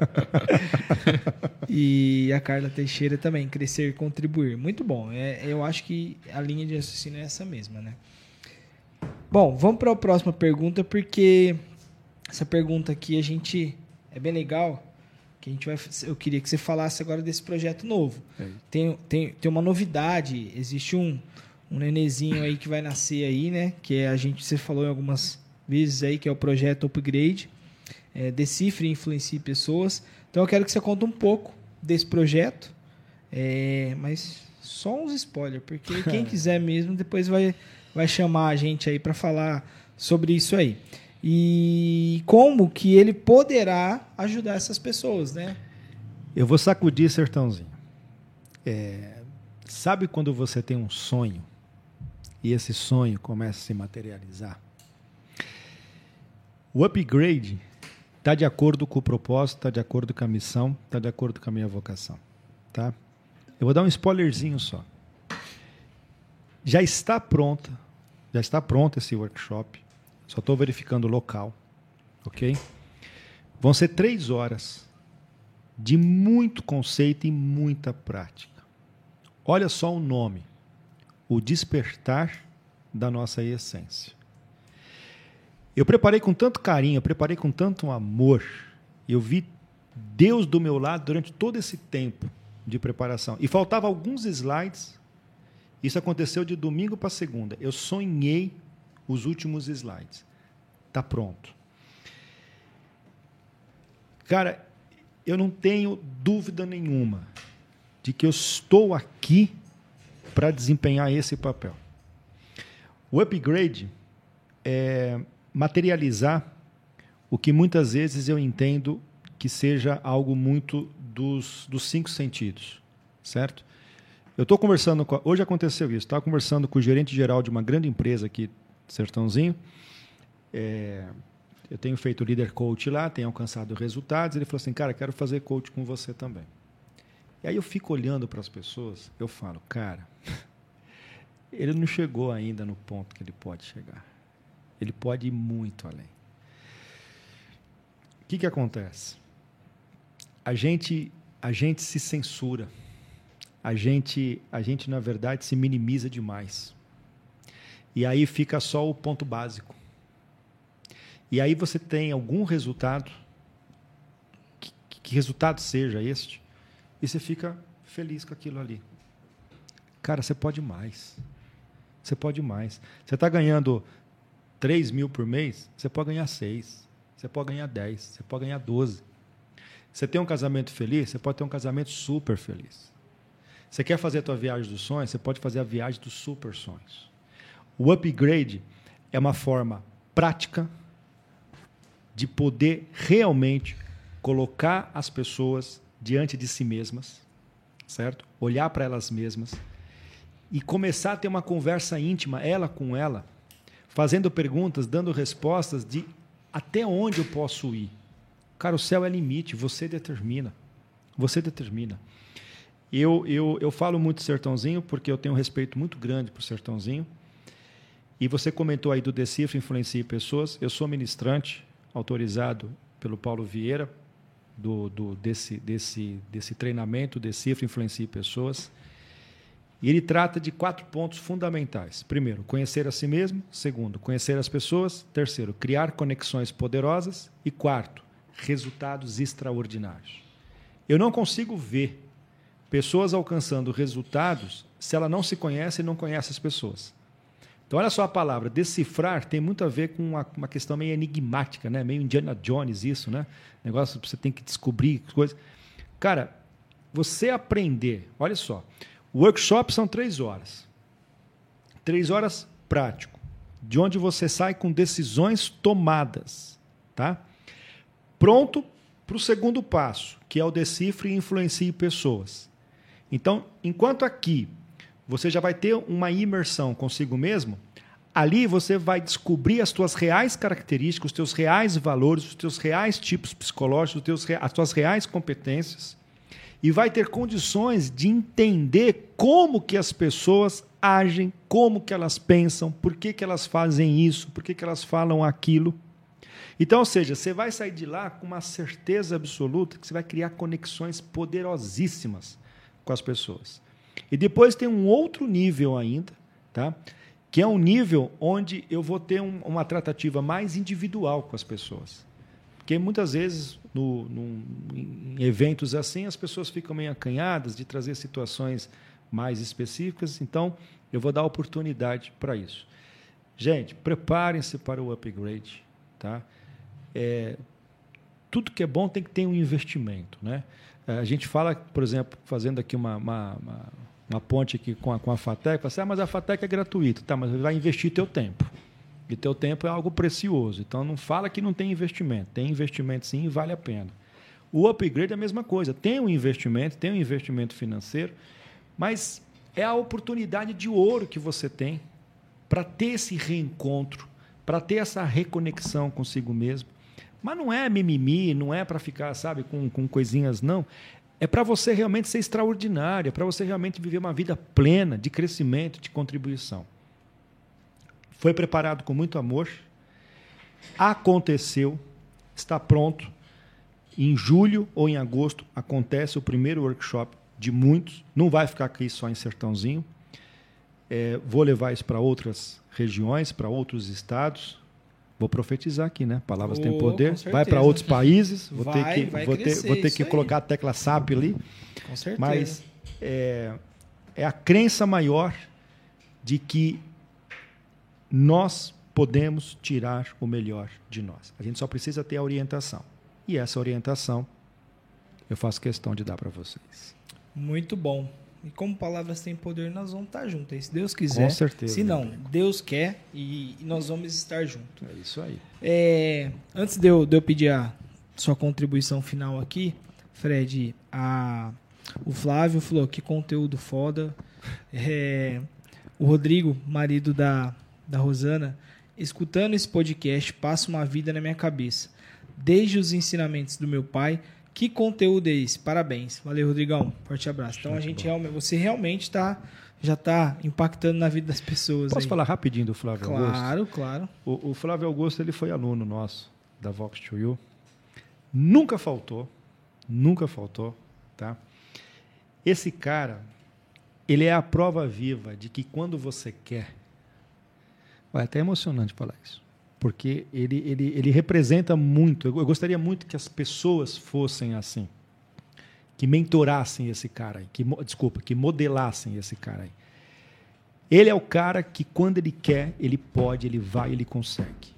E a Carla Teixeira também, crescer e contribuir. Muito bom. É, eu acho que a linha de raciocínio é essa mesma, né? Bom, vamos para a próxima pergunta, porque essa pergunta aqui a gente... É bem legal... A gente vai, eu queria que você falasse agora desse projeto novo. É. Tem, tem, tem uma novidade, existe um, um nenezinho aí que vai nascer aí, né? Que é, a gente, você falou em algumas vezes aí, que é o projeto Upgrade, é, Decifre e Influencie Pessoas. Então eu quero que você conte um pouco desse projeto, é, mas só uns spoilers, porque quem quiser mesmo depois vai, vai chamar a gente aí para falar sobre isso aí. E como que ele poderá ajudar essas pessoas, né? Eu vou sacudir, Sertãozinho. É, sabe quando você tem um sonho e esse sonho começa a se materializar? O upgrade está de acordo com o propósito, está de acordo com a missão, está de acordo com a minha vocação. Tá? Eu vou dar um spoilerzinho só. Já está pronta, já está pronto esse workshop. Só estou verificando o local, ok? Vão ser três horas de muito conceito e muita prática. Olha só o nome, o despertar da nossa essência. Eu preparei com tanto carinho, eu preparei com tanto amor, eu vi Deus do meu lado durante todo esse tempo de preparação. E faltava alguns slides, isso aconteceu de domingo para segunda. Eu sonhei os últimos slides. Está pronto. Cara, eu não tenho dúvida nenhuma de que eu estou aqui para desempenhar esse papel. O upgrade é materializar o que muitas vezes eu entendo que seja algo muito dos, dos cinco sentidos, certo? Eu estou conversando com... A, hoje aconteceu isso. Estava conversando com o gerente geral de uma grande empresa aqui, Sertãozinho. É, eu tenho feito líder coach lá, tenho alcançado resultados. Ele falou assim, cara, quero fazer coach com você também. E aí eu fico olhando para as pessoas, eu falo, cara, ele não chegou ainda no ponto que ele pode chegar. Ele pode ir muito além. O que que acontece? A gente, a gente se censura. A gente, a gente, na verdade, se minimiza demais. E aí fica só o ponto básico. E aí você tem algum resultado, que, que resultado seja este, e você fica feliz com aquilo ali. Cara, você pode mais. Você pode mais. Você está ganhando três mil por mês, você pode ganhar seis. Você pode ganhar dez. Você pode ganhar doze. Você tem um casamento feliz, você pode ter um casamento super feliz. Você quer fazer a tua viagem dos sonhos, você pode fazer a viagem dos super sonhos. O upgrade é uma forma prática de poder realmente colocar as pessoas diante de si mesmas, certo? Olhar para elas mesmas e começar a ter uma conversa íntima, ela com ela, fazendo perguntas, dando respostas de até onde eu posso ir. Cara, o céu é limite, você determina. Você determina. Eu, eu, eu falo muito Sertãozinho porque eu tenho um respeito muito grande por Sertãozinho. E você comentou aí do Decifre, Influencie Pessoas. Eu sou ministrante, autorizado pelo Paulo Vieira, do, do, desse, desse, desse treinamento, Decifre, Influencie Pessoas. E ele trata de quatro pontos fundamentais. Primeiro, conhecer a si mesmo. Segundo, conhecer as pessoas. Terceiro, criar conexões poderosas. E quarto, resultados extraordinários. Eu não consigo ver pessoas alcançando resultados se ela não se conhece e não conhece as pessoas. Então, olha só a palavra, decifrar tem muito a ver com uma, uma questão meio enigmática, né? Meio Indiana Jones isso, né? Negócio que você tem que descobrir coisas. Cara, você aprender, olha só, o workshop são três horas. Três horas prático, de onde você sai com decisões tomadas, tá? Pronto para o segundo passo, que é o Decifre e Influencie Pessoas. Então, enquanto aqui você já vai ter uma imersão consigo mesmo. Ali você vai descobrir as tuas reais características, os teus reais valores, os teus reais tipos psicológicos, os teus, as tuas reais competências e vai ter condições de entender como que as pessoas agem, como que elas pensam, por que que elas fazem isso, por que que elas falam aquilo. Então, ou seja, você vai sair de lá com uma certeza absoluta que você vai criar conexões poderosíssimas com as pessoas. E depois tem um outro nível ainda, tá? Que é um nível onde eu vou ter um, uma tratativa mais individual com as pessoas. Porque muitas vezes, no, no, em eventos assim, as pessoas ficam meio acanhadas de trazer situações mais específicas, então eu vou dar oportunidade para isso. Gente, preparem-se para o upgrade. Tá? É, tudo que é bom tem que ter um investimento. Né? A gente fala, por exemplo, fazendo aqui uma... uma, uma uma ponte aqui com a, com a FATEC, assim, ah, mas a FATEC é gratuita, tá, mas vai investir teu tempo. E teu tempo é algo precioso. Então, não fala que não tem investimento. Tem investimento, sim, e vale a pena. O upgrade é a mesma coisa. Tem um investimento, tem um investimento financeiro, mas é a oportunidade de ouro que você tem para ter esse reencontro, para ter essa reconexão consigo mesmo. Mas não é mimimi, não é para ficar, sabe, com, com coisinhas, não. É para você realmente ser extraordinário, é para você realmente viver uma vida plena de crescimento, de contribuição. Foi preparado com muito amor, aconteceu, está pronto. Em julho ou em agosto acontece o primeiro workshop de muitos, não vai ficar aqui só em Sertãozinho. É, vou levar isso para outras regiões, para outros estados. Vou profetizar aqui, né? Palavras oh, têm poder. Vai para outros países. Vou vai, ter que, vai vou crescer, ter, vou ter que colocar a tecla S A P ali. Com certeza. Mas é, é a crença maior de que nós podemos tirar o melhor de nós. A gente só precisa ter a orientação. E essa orientação eu faço questão de dar para vocês. Muito bom. E como palavras têm poder, nós vamos estar juntos aí, se Deus quiser. Com certeza. Se não, Deus quer e nós vamos estar juntos. É isso aí. É, antes de eu, de eu pedir a sua contribuição final aqui, Fred, a, o Flávio falou que conteúdo foda. É, o Rodrigo, marido da, da Rosana, escutando esse podcast, passa uma vida na minha cabeça. Desde os ensinamentos do meu pai. Que conteúdo é esse? Parabéns. Valeu, Rodrigão. Forte abraço. Então, a gente realmente, você realmente tá, já está impactando na vida das pessoas. Posso aí. falar rapidinho do Flávio claro, Augusto? Claro, claro. O, o Flávio Augusto ele foi aluno nosso da Vox to You. Nunca faltou. Nunca faltou. Tá? Esse cara, ele é a prova viva de que quando você quer... É até emocionante falar isso. Porque ele, ele, ele representa muito. Eu gostaria muito que as pessoas fossem assim. Que mentorassem esse cara aí. Que, desculpa, que modelassem esse cara aí. Ele é o cara que, quando ele quer, ele pode, ele vai, ele consegue.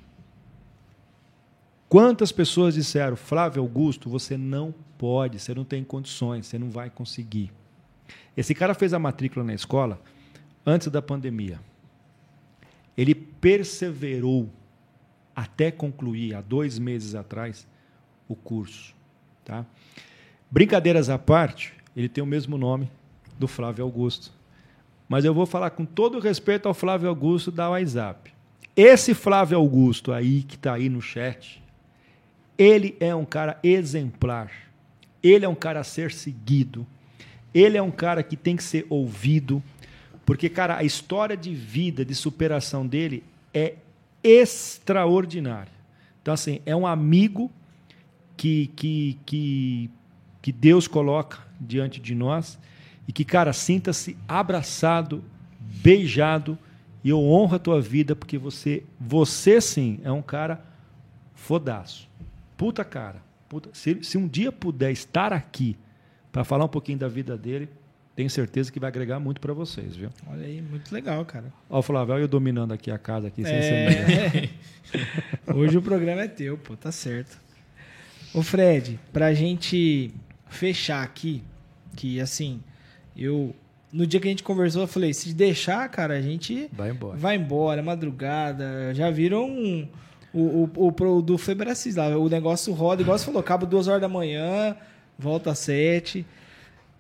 Quantas pessoas disseram, Flávio Augusto, você não pode, você não tem condições, você não vai conseguir. Esse cara fez a matrícula na escola antes da pandemia. Ele perseverou até concluir, há dois meses atrás, o curso. Tá? Brincadeiras à parte, ele tem o mesmo nome do Flávio Augusto. Mas eu vou falar com todo respeito ao Flávio Augusto da WhatsApp. Esse Flávio Augusto aí, que está aí no chat, ele é um cara exemplar. Ele é um cara a ser seguido. Ele é um cara que tem que ser ouvido. Porque, cara, a história de vida, de superação dele é extraordinária. Então, assim, é um amigo que, que, que, que Deus coloca diante de nós e que, cara, sinta-se abraçado, beijado, e eu honro a tua vida porque você, você sim, é um cara fodaço. Puta cara. Puta, se, se um dia puder estar aqui para falar um pouquinho da vida dele, tenho certeza que vai agregar muito para vocês, viu? Olha aí, muito legal, cara. Ó, Flávio, eu dominando aqui a casa aqui, sem é... ser Hoje o programa é teu, pô, tá certo. Ô, Fred, pra gente fechar aqui, que assim, eu... No dia que a gente conversou, eu falei, se deixar, cara, a gente... Vai embora. Vai embora, madrugada. Já viram um, o, o, o do Febracis lá, o negócio roda, igual você falou, acaba duas horas da manhã, volta às sete...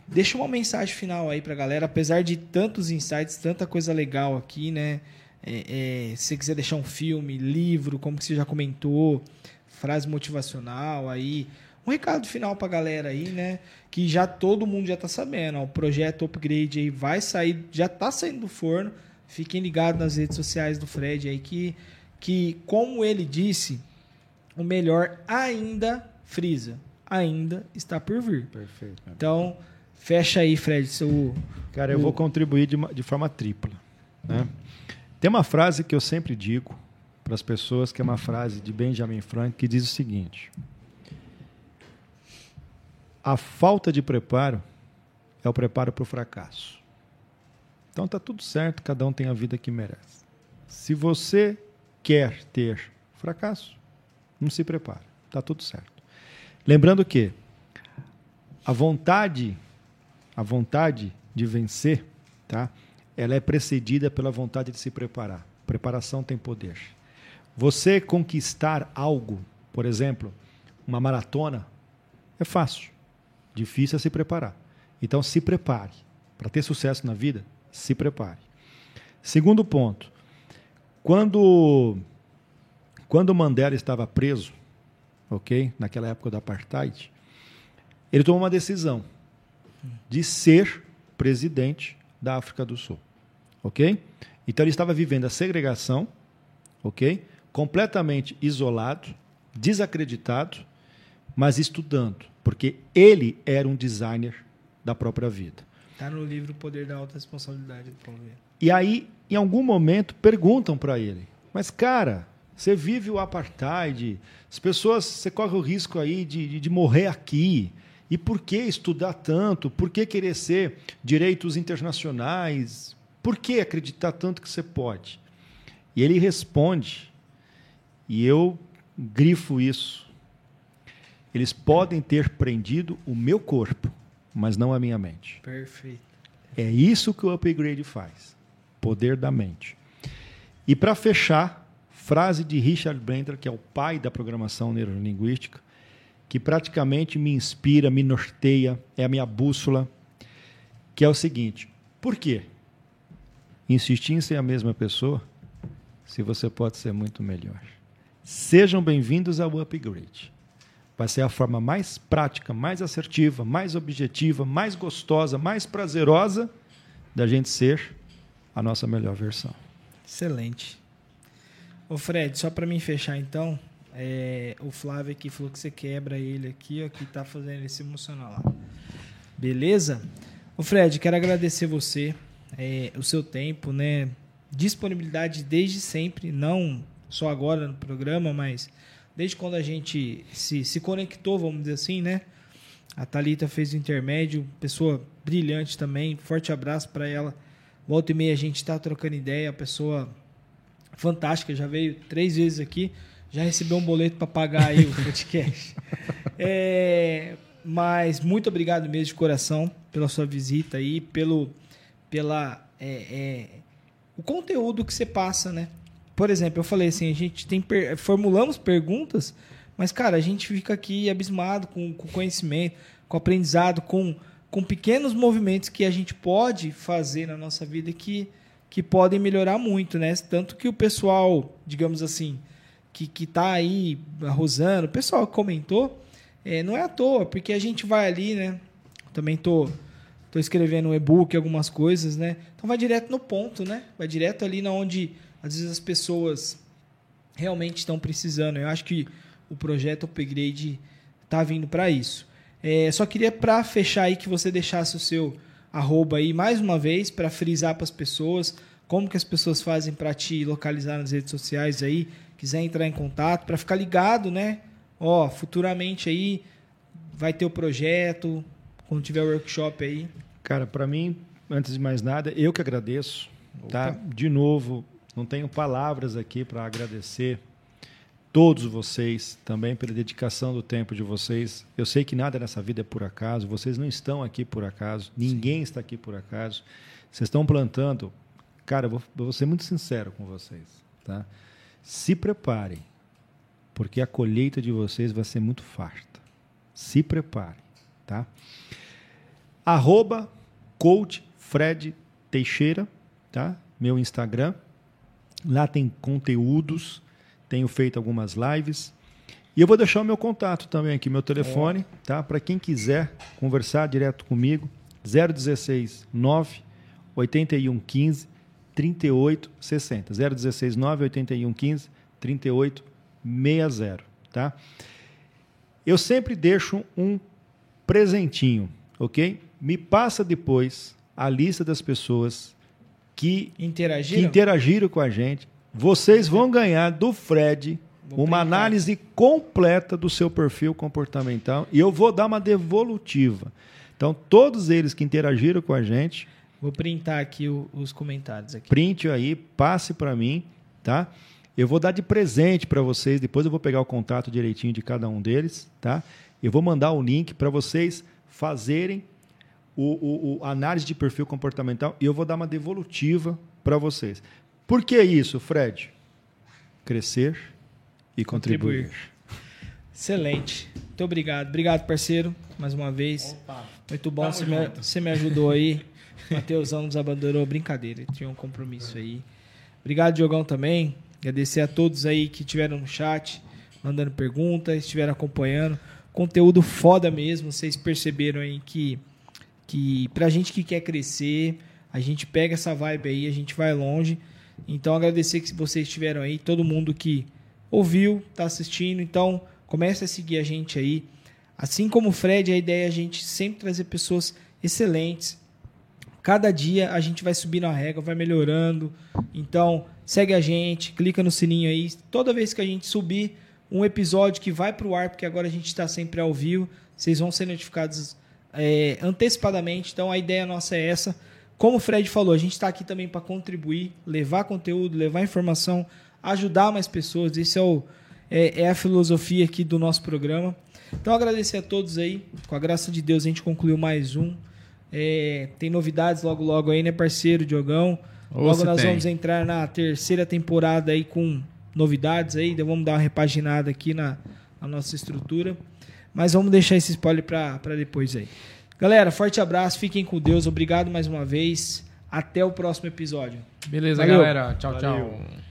deixa uma mensagem final aí pra galera, apesar de tantos insights, tanta coisa legal aqui, né? É, é, se você quiser deixar um filme, livro, como que você já comentou, frase motivacional aí, um recado final pra galera aí, né? Que já todo mundo já tá sabendo, ó, o projeto Upgrade aí vai sair, já tá saindo do forno. Fiquem ligados nas redes sociais do Fred aí que, que como ele disse, o melhor ainda, frisa, ainda está por vir. Perfeito. Então, fecha aí, Fred, seu... Cara, eu o... vou contribuir de, de forma tripla, né? Tem uma frase que eu sempre digo para as pessoas, que é uma frase de Benjamin Franklin, que diz o seguinte: a falta de preparo é o preparo para o fracasso. Então está tudo certo, cada um tem a vida que merece. Se você quer ter fracasso, não se prepara, está tudo certo. Lembrando que a vontade, a vontade de vencer, tá? Ela é precedida pela vontade de se preparar. Preparação tem poder. Você conquistar algo, por exemplo, uma maratona, é fácil. Difícil é se preparar. Então, se prepare. Para ter sucesso na vida, se prepare. Segundo ponto. Quando, quando Mandela estava preso, ok, naquela época do apartheid, ele tomou uma decisão de ser presidente da África do Sul. Ok? Então ele estava vivendo a segregação, ok? Completamente isolado, desacreditado, mas estudando, porque ele era um designer da própria vida. Tá no livro O Poder da Alta Responsabilidade do Paulo Vieira. E aí, em algum momento, perguntam para ele: mas, cara, você vive o apartheid, as pessoas, você corre o risco aí de, de, de morrer aqui. E por que estudar tanto? Por que querer ser direitos internacionais? Por que acreditar tanto que você pode? E ele responde, e eu grifo isso: eles podem ter prendido o meu corpo, mas não a minha mente. Perfeito. É isso que o Upgrade faz. Poder da mente. E para fechar, frase de Richard Bandler, que é o pai da programação neurolinguística, que praticamente me inspira, me norteia, é a minha bússola, que é o seguinte: por quê? Insistir em ser a mesma pessoa, se você pode ser muito melhor. Sejam bem-vindos ao Upgrade. Vai ser a forma mais prática, mais assertiva, mais objetiva, mais gostosa, mais prazerosa da gente ser a nossa melhor versão. Excelente. Ô Fred, só para mim fechar então, é, o Flávio aqui falou que você quebra ele aqui, ó, que tá fazendo ele se emocionar lá. Beleza? Ô Fred, quero agradecer você, é, o seu tempo, né? Disponibilidade desde sempre, não só agora no programa, mas desde quando a gente se, se conectou, vamos dizer assim, né? A Thalita fez o intermédio, pessoa brilhante também, forte abraço para ela. Volta e meia a gente está trocando ideia, pessoa fantástica, já veio três vezes aqui, já recebeu um boleto para pagar aí o podcast. É, mas muito obrigado mesmo de coração pela sua visita aí, pelo pela é, é, o conteúdo que você passa, né? Por exemplo, eu falei assim, a gente tem per... formulamos perguntas, mas, cara, a gente fica aqui abismado com o conhecimento, com o aprendizado, com, com pequenos movimentos que a gente pode fazer na nossa vida que, que podem melhorar muito, né? Tanto que o pessoal, digamos assim, que que tá aí, a Rosana, o pessoal que comentou, é, não é à toa, porque a gente vai ali, né? Também tô, tô escrevendo um e-book, algumas coisas, né? Então vai direto no ponto, né? Vai direto ali na onde às vezes as pessoas realmente estão precisando. Eu acho que o projeto Upgrade está vindo para isso. É, só queria, para fechar aí, que você deixasse o seu arroba aí mais uma vez, para frisar para as pessoas como que as pessoas fazem para te localizar nas redes sociais aí, quiser entrar em contato, para ficar ligado, né? Ó, futuramente aí vai ter o projeto, quando tiver o workshop aí. Cara, para mim, antes de mais nada, eu que agradeço, tá? De novo, não tenho palavras aqui para agradecer todos vocês, também pela dedicação do tempo de vocês. Eu sei que nada nessa vida é por acaso, vocês não estão aqui por acaso, ninguém Sim. está aqui por acaso. Vocês estão plantando. Cara, eu vou, eu vou ser muito sincero com vocês, tá? Se preparem, porque a colheita de vocês vai ser muito farta. Se preparem, tá? arroba coach Fred Teixeira, tá? Meu Instagram. Lá tem conteúdos, tenho feito algumas lives. E eu vou deixar o meu contato também aqui, meu telefone, tá? Para quem quiser conversar direto comigo, zero um seis nove oito um um cinco trinta e oito sessenta. zero um seis nove oito um um cinco trinta e oito sessenta, tá? Eu sempre deixo um presentinho, ok? Me passa depois a lista das pessoas que Interagiram? que interagiram com a gente. Vocês vão ganhar do Fred Vou uma brincar. análise completa do seu perfil comportamental e eu vou dar uma devolutiva. Então, todos eles que interagiram com a gente, Vou printar aqui o- os comentários aqui. print aí, passe para mim, tá? Eu vou dar de presente para vocês, depois eu vou pegar o contato direitinho de cada um deles, tá? Eu vou mandar o link para vocês fazerem o, o, o análise de perfil comportamental e eu vou dar uma devolutiva para vocês. Por que isso, Fred? Crescer e contribuir. Contribuir. Excelente. Muito obrigado. Obrigado, parceiro, mais uma vez. Muito bom. Você me, você me ajudou aí. Mateusão nos abandonou. Brincadeira. Tinha um compromisso aí. Obrigado, Diogão, também. Agradecer a todos aí que estiveram no chat, mandando perguntas, estiveram acompanhando. Conteúdo foda mesmo. Vocês perceberam aí que, que pra gente que quer crescer, a gente pega essa vibe aí, a gente vai longe. Então, agradecer que vocês estiveram aí, todo mundo que ouviu, está assistindo. Então, comece a seguir a gente aí. Assim como o Fred, a ideia é a gente sempre trazer pessoas excelentes. Cada dia a gente vai subindo a régua, vai melhorando. Então, segue a gente, clica no sininho aí. Toda vez que a gente subir um episódio que vai para o ar, porque agora a gente está sempre ao vivo, vocês vão ser notificados é, antecipadamente. Então, a ideia nossa é essa. Como o Fred falou, a gente está aqui também para contribuir, levar conteúdo, levar informação, ajudar mais pessoas. Isso é, o, é, é a filosofia aqui do nosso programa. Então, agradecer a todos aí. Com a graça de Deus, a gente concluiu mais um. É, tem novidades logo, logo aí, né, parceiro, Diogão? Ou Logo se nós tem. vamos entrar na terceira temporada aí com novidades aí. Então, vamos dar uma repaginada aqui na, na nossa estrutura. Mas vamos deixar esse spoiler para depois aí. Galera, forte abraço, fiquem com Deus, obrigado mais uma vez, até o próximo episódio. Beleza, Valeu. galera. Tchau, Valeu. tchau.